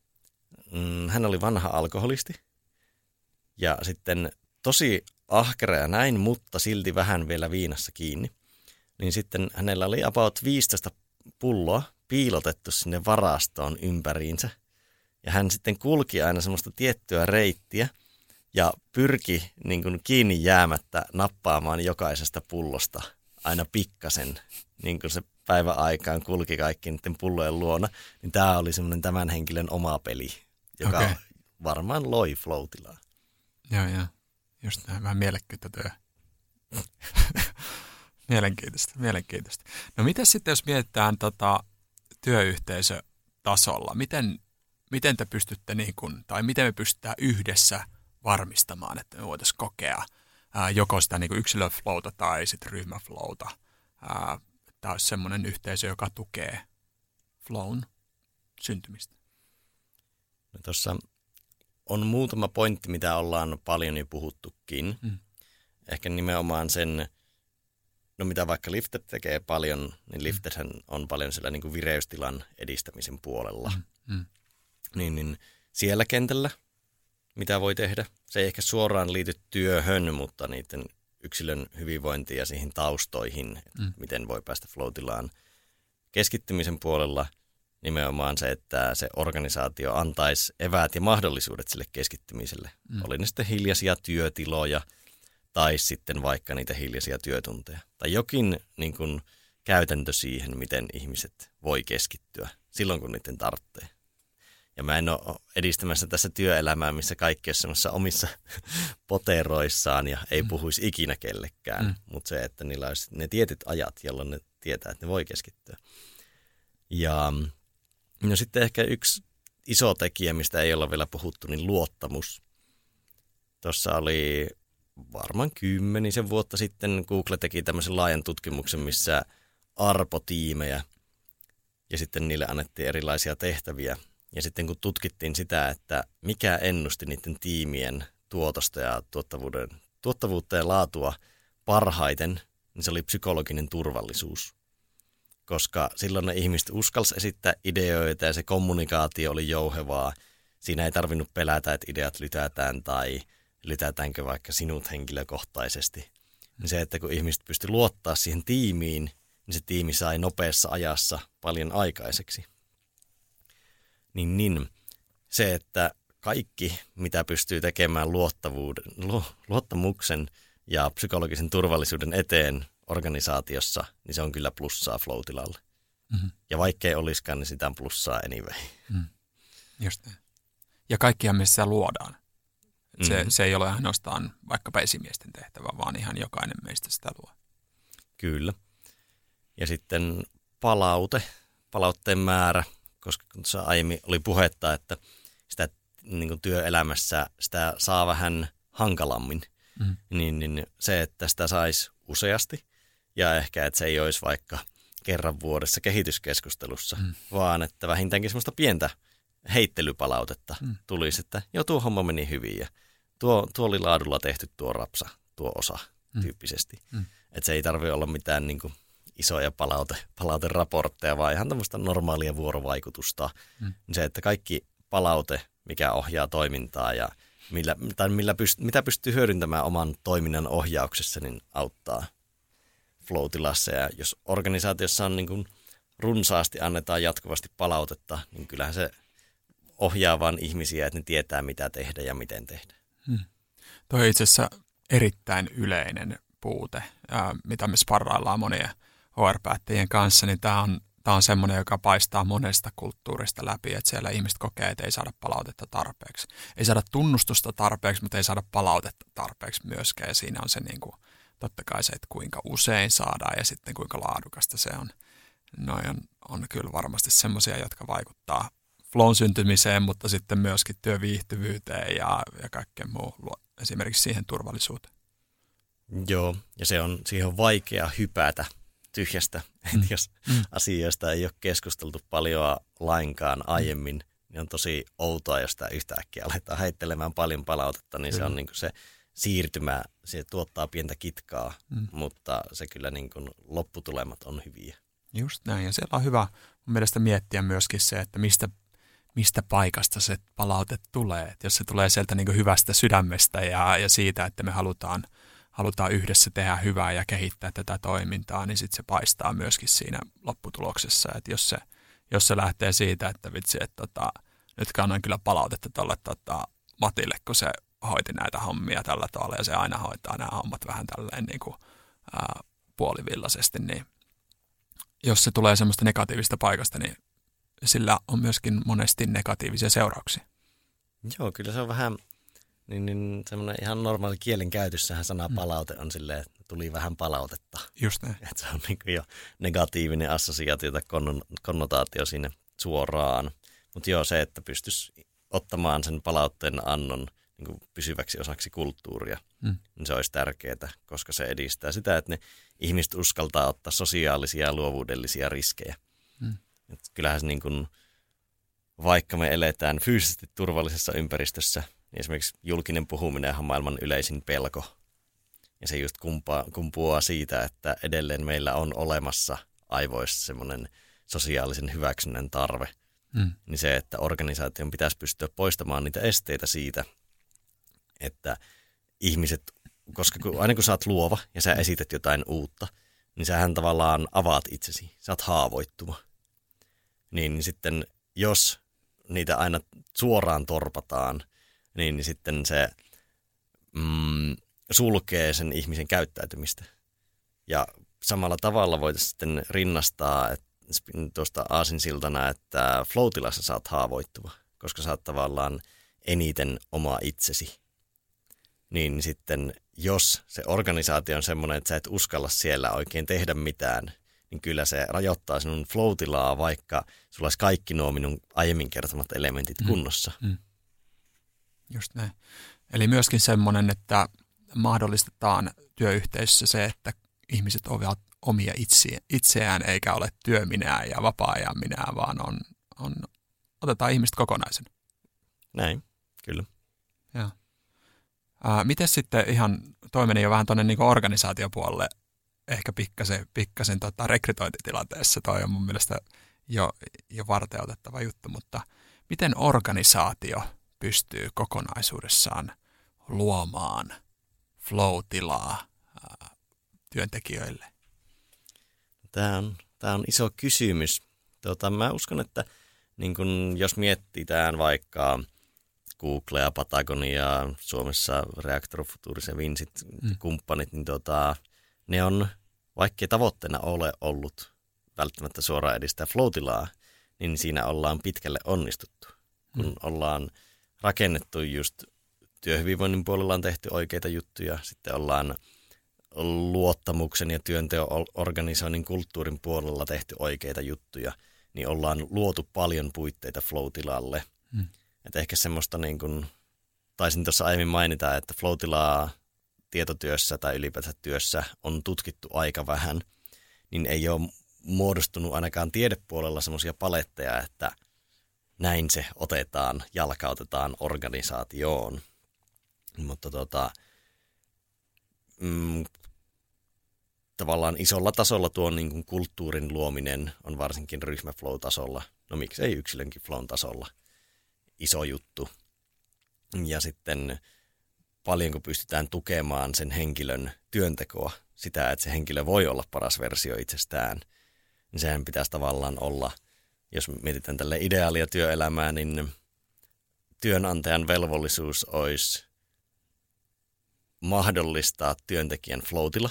Hän oli vanha alkoholisti ja sitten tosi ahkera ja näin, mutta silti vähän vielä viinassa kiinni. Niin sitten hänellä oli about viisitoista pulloa piilotettu sinne varastoon ympäriinsä. Ja hän sitten kulki aina semmoista tiettyä reittiä ja pyrki niin kuin kiinni jäämättä nappaamaan jokaisesta pullosta aina pikkasen, niin kuin se päiväaikaan kulki kaikki niiden pullojen luona. Niin tämä oli semmoinen tämän henkilön oma peli, joka okay. varmaan loi flow-tilaa. Joo, joo. Just näin, vähän mielekkyyttä työ. Mielenkiintoista, mielenkiintoista. No miten sitten, jos mietitään tota, työyhteisötasolla, miten, miten te pystytte, niin kun, tai miten me pystytään yhdessä varmistamaan, että me voitaisiin kokea ää, joko sitä niin yksilöflowta tai sitten ryhmäflowta. Ää, tämä olisi semmoinen yhteisö, joka tukee flown syntymistä. No tuossa on muutama pointti, mitä ollaan paljon jo puhuttukin. Mm. Ehkä nimenomaan sen, no mitä vaikka Lifted tekee paljon, niin Liftedhän on paljon siellä niin kuin vireystilan edistämisen puolella. Mm. Mm. Niin, niin siellä kentällä, mitä voi tehdä, se ei ehkä suoraan liity työhön, mutta niiden yksilön hyvinvointiin ja siihen taustoihin, että mm. miten voi päästä flow-tilaan. Keskittymisen puolella nimenomaan se, että se organisaatio antaisi eväät ja mahdollisuudet sille keskittymiselle. Mm. Oli ne sitten hiljaisia työtiloja tai sitten vaikka niitä hiljaisia työtunteja. Tai jokin niin kuin, käytäntö siihen, miten ihmiset voi keskittyä silloin, kun niiden tarvitsee. Ja mä en ole edistämässä tässä työelämää, missä kaikki on semmoisessa omissa poteroissaan ja ei mm. puhuisi ikinä kellekään. Mm. Mutta se, että niillä olisi ne tietyt ajat, jolloin ne tietää, että ne voi keskittyä. Ja no sitten ehkä yksi iso tekijä, mistä ei olla vielä puhuttu, niin luottamus. Tuossa oli varmaan kymmenisen vuotta sitten Google teki tämmöisen laajan tutkimuksen, missä arpotiimejä ja sitten niille annettiin erilaisia tehtäviä. Ja sitten kun tutkittiin sitä, että mikä ennusti niiden tiimien tuotosta ja tuottavuuden, tuottavuutta ja laatua parhaiten, niin se oli psykologinen turvallisuus. Koska silloin ne ihmiset uskalsi esittää ideoita ja se kommunikaatio oli jouhevaa. Siinä ei tarvinnut pelätä, että ideat lytätään tai lytätäänkö vaikka sinut henkilökohtaisesti. Niin se, että kun ihmiset pysty luottaa siihen tiimiin niin se tiimi sai nopeassa ajassa paljon aikaiseksi. Niin, niin se, että kaikki, mitä pystyy tekemään luottavuuden, lu, luottamuksen ja psykologisen turvallisuuden eteen organisaatiossa, niin se on kyllä plussaa Flow-tilalle. Mm-hmm. Ja vaikkei olisikaan, niin sitä on plussaa anyway. Mm. Just niin. Ja kaikkihan missä luodaan. Se, mm-hmm. se ei ole ainoastaan vaikkapa esimiesten tehtävä, vaan ihan jokainen meistä sitä luo. Kyllä. Ja sitten palaute, palautteen määrä, koska kun tuossa aiemmin oli puhetta, että sitä niin kuin työelämässä sitä saa vähän hankalammin, mm. niin, niin se, että sitä saisi useasti ja ehkä, että se ei olisi vaikka kerran vuodessa kehityskeskustelussa, mm. vaan että vähintäänkin semmoista pientä heittelypalautetta mm. tulisi, että jo tuo homma meni hyvin ja tuo, tuo oli laadulla tehty tuo rapsa, tuo osa mm. tyyppisesti. Mm. Että se ei tarvitse olla mitään niin kuin isoja palaute, palauteraportteja, vaan ihan tämmöistä normaalia vuorovaikutusta. Mm. Se, että kaikki palaute, mikä ohjaa toimintaa ja millä, tai millä pyst, mitä pystyy hyödyntämään oman toiminnan ohjauksessa, niin auttaa Flow-tilassa. Ja jos organisaatiossa on niin kuin runsaasti annetaan jatkuvasti palautetta, niin kyllähän se ohjaa vaan ihmisiä, että ne tietää, mitä tehdä ja miten tehdä. Hmm. Tuo on itse asiassa erittäin yleinen puute, ää, mitä me sparraillaan monien H R-päättäjien kanssa, niin tämä on, tämä on semmoinen, joka paistaa monesta kulttuurista läpi, että siellä ihmiset kokee, että ei saada palautetta tarpeeksi. Ei saada tunnustusta tarpeeksi, mutta ei saada palautetta tarpeeksi myöskään, ja siinä on se niin kuin, totta kai se, että kuinka usein saadaan ja sitten kuinka laadukasta se on. Noi on, on kyllä varmasti semmoisia, jotka vaikuttaa flown syntymiseen, mutta sitten myöskin työviihtyvyyteen ja, ja kaikkeen muu, esimerkiksi siihen turvallisuuteen. Joo, ja se on, siihen on vaikea hypätä tyhjästä, mm. että jos mm. asioista ei ole keskusteltu paljon lainkaan aiemmin, niin on tosi outoa, jos sitä yhtäkkiä aletaan heittelemään paljon palautetta, niin kyllä. Se on niin kuin se siirtymä, se tuottaa pientä kitkaa, mm. mutta se kyllä niin kuin lopputulemat on hyviä. Just näin, ja siellä on hyvä mun mielestä miettiä myöskin se, että mistä, mistä paikasta se palaute tulee. Et jos se tulee sieltä niin kuin hyvästä sydämestä ja, ja siitä, että me halutaan, halutaan yhdessä tehdä hyvää ja kehittää tätä toimintaa, niin sitten se paistaa myöskin siinä lopputuloksessa. Et jos, se, jos se lähtee siitä, että vitsi, että tota, nyt kannan kyllä palautetta tuolle tota, Matille, kun se hoiti näitä hommia tällä tavalla ja se aina hoitaa nämä hommat vähän tälleen niin kuin, ää, puolivillaisesti, niin jos se tulee semmoista negatiivista paikasta, niin sillä on myöskin monesti negatiivisia seurauksia. Joo, kyllä se on vähän niin, niin semmoinen ihan normaali kielenkäytössähän sana palaute on silleen, että tuli vähän palautetta. Just näin. Että se on niin kuin jo negatiivinen assosiaatio tai konnotaatio sinne suoraan. Mutta joo, se, että pystyisi ottamaan sen palautteen annon niin kuin pysyväksi osaksi kulttuuria, mm. niin se olisi tärkeää, koska se edistää sitä, että ne ihmiset uskaltaa ottaa sosiaalisia ja luovuudellisia riskejä. Mm. Et kyllähän se niin kuin, vaikka me eletään fyysisesti turvallisessa ympäristössä, niin esimerkiksi julkinen puhuminen on maailman yleisin pelko. Ja se just kumpaa, kumpuaa siitä, että edelleen meillä on olemassa aivoissa semmoinen sosiaalisen hyväksynnän tarve. Mm. Niin se, että organisaation pitäisi pystyä poistamaan niitä esteitä siitä, että ihmiset, koska kun, aina kun sä oot luova ja sä esität jotain uutta, niin sähän tavallaan avaat itsesi, sä oot haavoittuva. Niin sitten jos niitä aina suoraan torpataan, niin, niin sitten se mm, sulkee sen ihmisen käyttäytymistä. Ja samalla tavalla voitaisiin sitten rinnastaa että tuosta aasinsiltana, että flow-tilassa sä oot haavoittuva, koska sä oot tavallaan eniten oma itsesi. Niin sitten jos se organisaatio on semmoinen, että sä et uskalla siellä oikein tehdä mitään, niin kyllä se rajoittaa sinun flow-tilaa, vaikka sulla olisi kaikki nuo minun aiemmin kertomat elementit kunnossa. Mm. Mm. Just näin. Eli myöskin semmoinen, että mahdollistetaan työyhteisössä se, että ihmiset ovat omia itseään, eikä ole työminää ja vapaa-ajan minää, vaan on, on, otetaan ihmiset kokonaisen. Näin, kyllä. Joo. Ää, miten sitten ihan, toi meni jo vähän tuonne niin organisaatiopuolelle, ehkä pikkasen, pikkasen tota rekrytointitilanteessa, toi on mun mielestä jo, jo varteutettava juttu, mutta miten organisaatio pystyy kokonaisuudessaan luomaan flow-tilaa ää, työntekijöille? Tämä on, tämä on iso kysymys. Tota, mä uskon, että niin kun, jos mietitään vaikka Googlea, Patagoniaa, Suomessa Reactor Futuris ja Vincit mm. kumppanit, niin tota, ne on, vaikkei tavoitteena ole ollut välttämättä suoraan edistää flow-tilaa, niin siinä ollaan pitkälle onnistuttu. Kun mm. ollaan rakennettu just työhyvinvoinnin puolella on tehty oikeita juttuja, sitten ollaan luottamuksen ja työnteon organisoinnin kulttuurin puolella tehty oikeita juttuja, niin ollaan luotu paljon puitteita flow-tilalle. Mm. Että ehkä semmoista niin kuin, taisin tuossa aiemmin mainita, että flow-tilaa tietotyössä tai ylipäätään työssä on tutkittu aika vähän, niin ei ole muodostunut ainakaan tiedepuolella semmoisia paletteja, että näin se otetaan, jalkautetaan organisaatioon. Mutta tota, mm, tavallaan isolla tasolla tuo niin kuin kulttuurin luominen on varsinkin ryhmäflow-tasolla, no miksei yksilönkin flown tasolla, iso juttu. Ja sitten paljonko pystytään tukemaan sen henkilön työntekoa, sitä, että se henkilö voi olla paras versio itsestään, niin sehän pitäisi tavallaan olla, jos mietitään tälle ideaalia työelämää, niin työnantajan velvollisuus olisi mahdollistaa työntekijän flow-tila,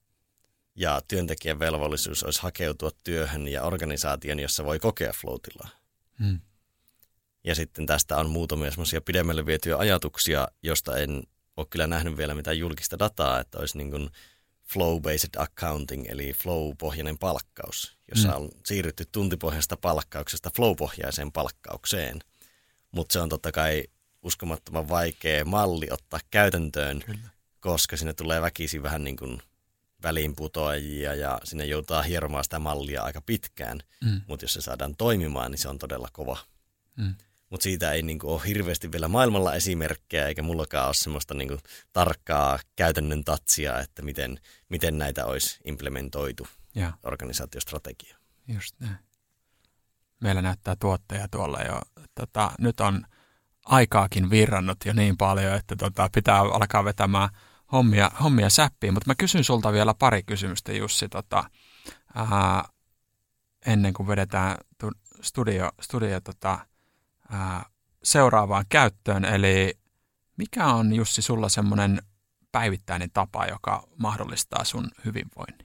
ja työntekijän velvollisuus olisi hakeutua työhön ja organisaation, jossa voi kokea flow-tilaa. Hmm. Ja sitten tästä on muutamia semmoisia pidemmälle vietyjä ajatuksia, josta en ole kyllä nähnyt vielä mitään julkista dataa, että olisi niin kuin flow-based accounting, eli flow-pohjainen palkkaus, jossa hmm. on siirrytty tuntipohjaisesta palkkauksesta flow-pohjaiseen palkkaukseen. Mutta se on totta kai uskomattoman vaikea malli ottaa käytäntöön, kyllä. koska sinne tulee väkisin vähän niin kuin väliinputoajia ja sinne joutaa hieromaan sitä mallia aika pitkään. Mm. Mutta jos se saadaan toimimaan, niin se on todella kova. Mm. Mutta siitä ei niinku ole hirveästi vielä maailmalla esimerkkejä, eikä mullakaan ole semmoista niinku tarkkaa käytännön tatsia, että miten, miten näitä olisi implementoitu ja. organisaatiostrategiaan. Just näin. Meillä näyttää tuottaja tuolla jo. Tota, nyt on aikaakin virrannut jo niin paljon, että tota, pitää alkaa vetämään hommia, hommia säppiin. Mutta mä kysyn sulta vielä pari kysymystä, Jussi, tota, ää, ennen kuin vedetään tu- studio, studio tota, ää, seuraavaan käyttöön. Eli mikä on, Jussi, sulla semmoinen päivittäinen tapa, joka mahdollistaa sun hyvinvoinnin?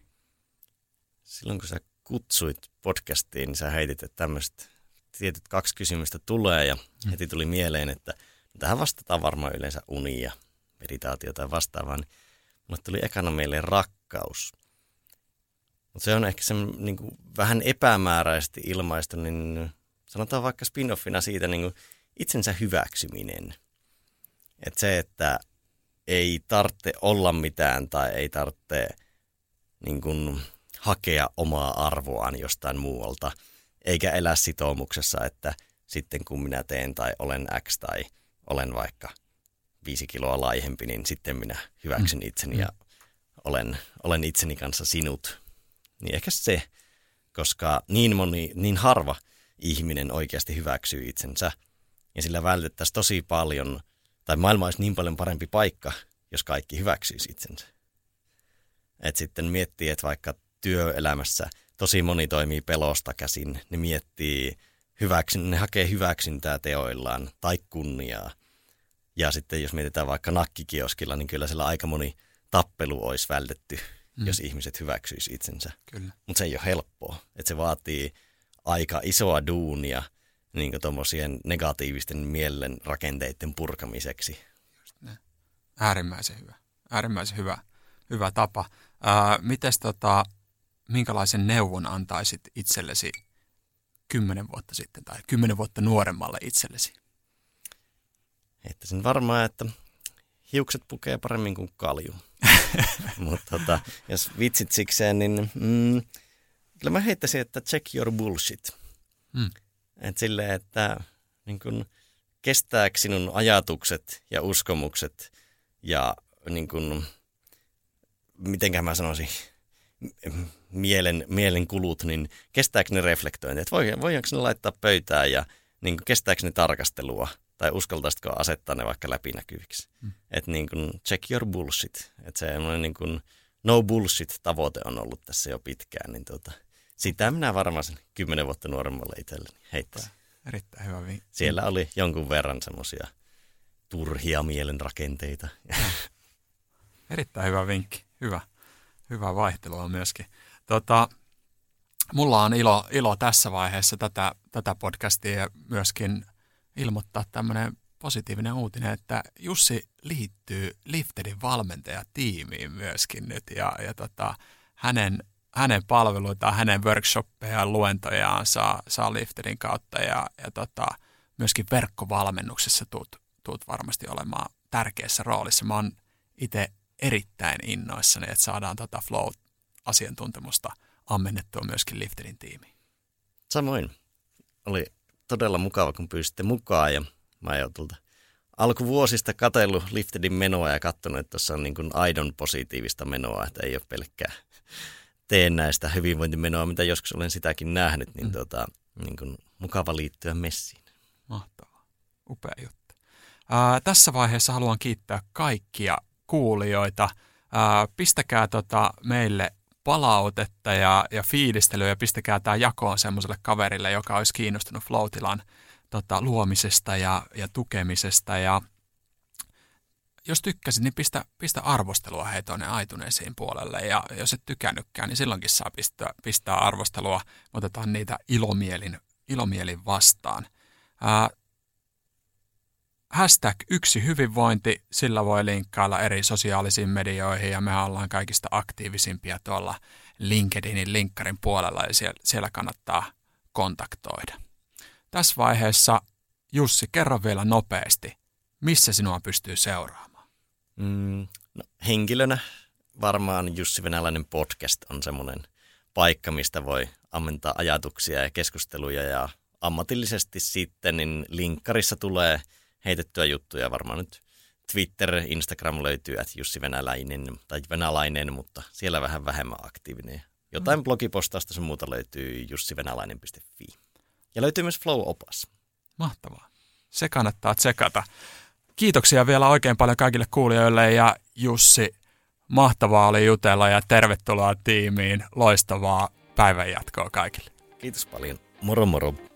Silloin kun sä kutsuit podcastiin, niin sä heitit, että tämmöiset tietyt kaksi kysymystä tulee ja mm. heti tuli mieleen, että no tähän vastataan varmaan yleensä uni ja meditaatio tai vastaavaa, niin mulle tuli ekana mieleen rakkaus. Mutta se on ehkä se niin kuin vähän epämääräisesti ilmaistu, niin sanotaan vaikka spin-offina siitä niin kuin itsensä hyväksyminen. Että se, että ei tarvitse olla mitään tai ei tarvitse niin kuin hakea omaa arvoaan jostain muualta, eikä elää sitoumuksessa, että sitten kun minä teen tai olen X tai olen vaikka viisi kiloa laihempi, niin sitten minä hyväksyn itseni ja olen, olen itseni kanssa sinut. Niin ehkä se, koska niin moni, niin harva ihminen oikeasti hyväksyy itsensä ja sillä vältettäisiin tosi paljon, tai maailma olisi niin paljon parempi paikka, jos kaikki hyväksyisi itsensä. Et sitten miettii, että vaikka työelämässä tosi moni toimii pelosta käsin, ne miettii, hyväksyn, ne hakee hyväksyntää teoillaan tai kunniaa. Ja sitten jos mietitään vaikka nakkikioskilla, niin kyllä siellä aika moni tappelu olisi vältetty, mm. jos ihmiset hyväksyisi itsensä. Mutta se ei ole helppoa. Että se vaatii aika isoa duunia niin kuin tuommoisien negatiivisten mielen rakenteiden purkamiseksi. Just näin. Äärimmäisen hyvä. Äärimmäisen hyvä, hyvä tapa. Ää, mites tota, minkälaisen neuvon antaisit itsellesi kymmenen vuotta sitten tai kymmenen vuotta nuoremmalle itsellesi? Heittäisin varmaan, että hiukset pukee paremmin kuin kalju. Mutta tota, jos vitsit sikseen, niin mm, kyllä mä heittäisin, että check your bullshit. Mm. Että silleen, että niin kun, kestääkö sinun ajatukset ja uskomukset ja niin kun, mitenkä mä sanoisin, mielen, mielen kulut, niin kestääkö ne reflektointia? Voidaanko ne laittaa pöytään ja niin kun, kestääkö ne tarkastelua? Tai uskaltaisitko asettaa ne vaikka läpinäkyviksi. Mm. Että niin kuin check your bullshit. Että se niin kuin no bullshit -tavoite on ollut tässä jo pitkään. Niin tuota, sitä minä varmaan sen kymmenen vuotta nuoremmalle itselleni heittäisin. Erittäin hyvä vinkki. Siellä oli jonkun verran semmoisia turhia mielenrakenteita. Erittäin hyvä vinkki. Hyvä. Hyvä vaihtelua myöskin. Tota, mulla on ilo, ilo tässä vaiheessa tätä, tätä podcastia myöskin ilmoittaa tämmöinen positiivinen uutinen, että Jussi liittyy Liftedin valmentajatiimiin myöskin nyt ja, ja tota, hänen, hänen palveluitaan, hänen workshoppejaan, luentojaan saa, saa Liftedin kautta ja, ja tota, myöskin verkkovalmennuksessa tuut, tuut varmasti olemaan tärkeässä roolissa. Mä oon itse erittäin innoissani, että saadaan tota flow-asiantuntemusta ammennettua myöskin Liftedin tiimiin. Samoin. Oli todella mukava, kun pyysitte mukaan ja mä oon tuolta alkuvuosista katsellut Liftedin menoa ja katsonut, että tuossa on niin kuin aidon positiivista menoa, että ei ole pelkkää teennäistä hyvinvointimenoa, mitä joskus olen sitäkin nähnyt, niin, mm. tuota, niin kuin mukava liittyä messiin. Mahtavaa. Upea juttu. Ää, tässä vaiheessa haluan kiittää kaikkia kuulijoita. Ää, pistäkää tota meille palautetta ja, ja fiilistelyä ja pistäkää tämä jakoon semmoiselle kaverille, joka olisi kiinnostunut Flow-tilan tota, luomisesta ja, ja tukemisesta. Ja jos tykkäsit, niin pistä, pistä arvostelua hei tuonne iTunesin puolelle. Ja jos et tykännytkään, niin silloinkin saa pistää, pistää arvostelua. Otetaan niitä ilomielin, ilomielin vastaan. Ää, Hashtag yksi hyvinvointi, sillä voi linkkailla eri sosiaalisiin medioihin ja me ollaan kaikista aktiivisimpia tuolla LinkedInin linkkarin puolella ja siellä, siellä kannattaa kontaktoida. Tässä vaiheessa Jussi, kerro vielä nopeasti, missä sinua pystyy seuraamaan? Mm, no, henkilönä varmaan Jussi Venäläinen podcast on semmoinen paikka, mistä voi ammentaa ajatuksia ja keskusteluja ja ammatillisesti sitten niin linkkarissa tulee heitettyä juttuja. Varmaan nyt Twitter, Instagram löytyy, että Jussi Venäläinen tai Venäläinen, mutta siellä vähän vähemmän aktiivinen. Jotain mm. blogipostausta sun muuta löytyy jussivenäläinen piste fi. Ja löytyy myös Flow-opas. Mahtavaa. Se kannattaa tsekata. Kiitoksia vielä oikein paljon kaikille kuulijoille ja Jussi, mahtavaa oli jutella ja tervetuloa tiimiin. Loistavaa päivänjatkoa kaikille. Kiitos paljon. Moro moro.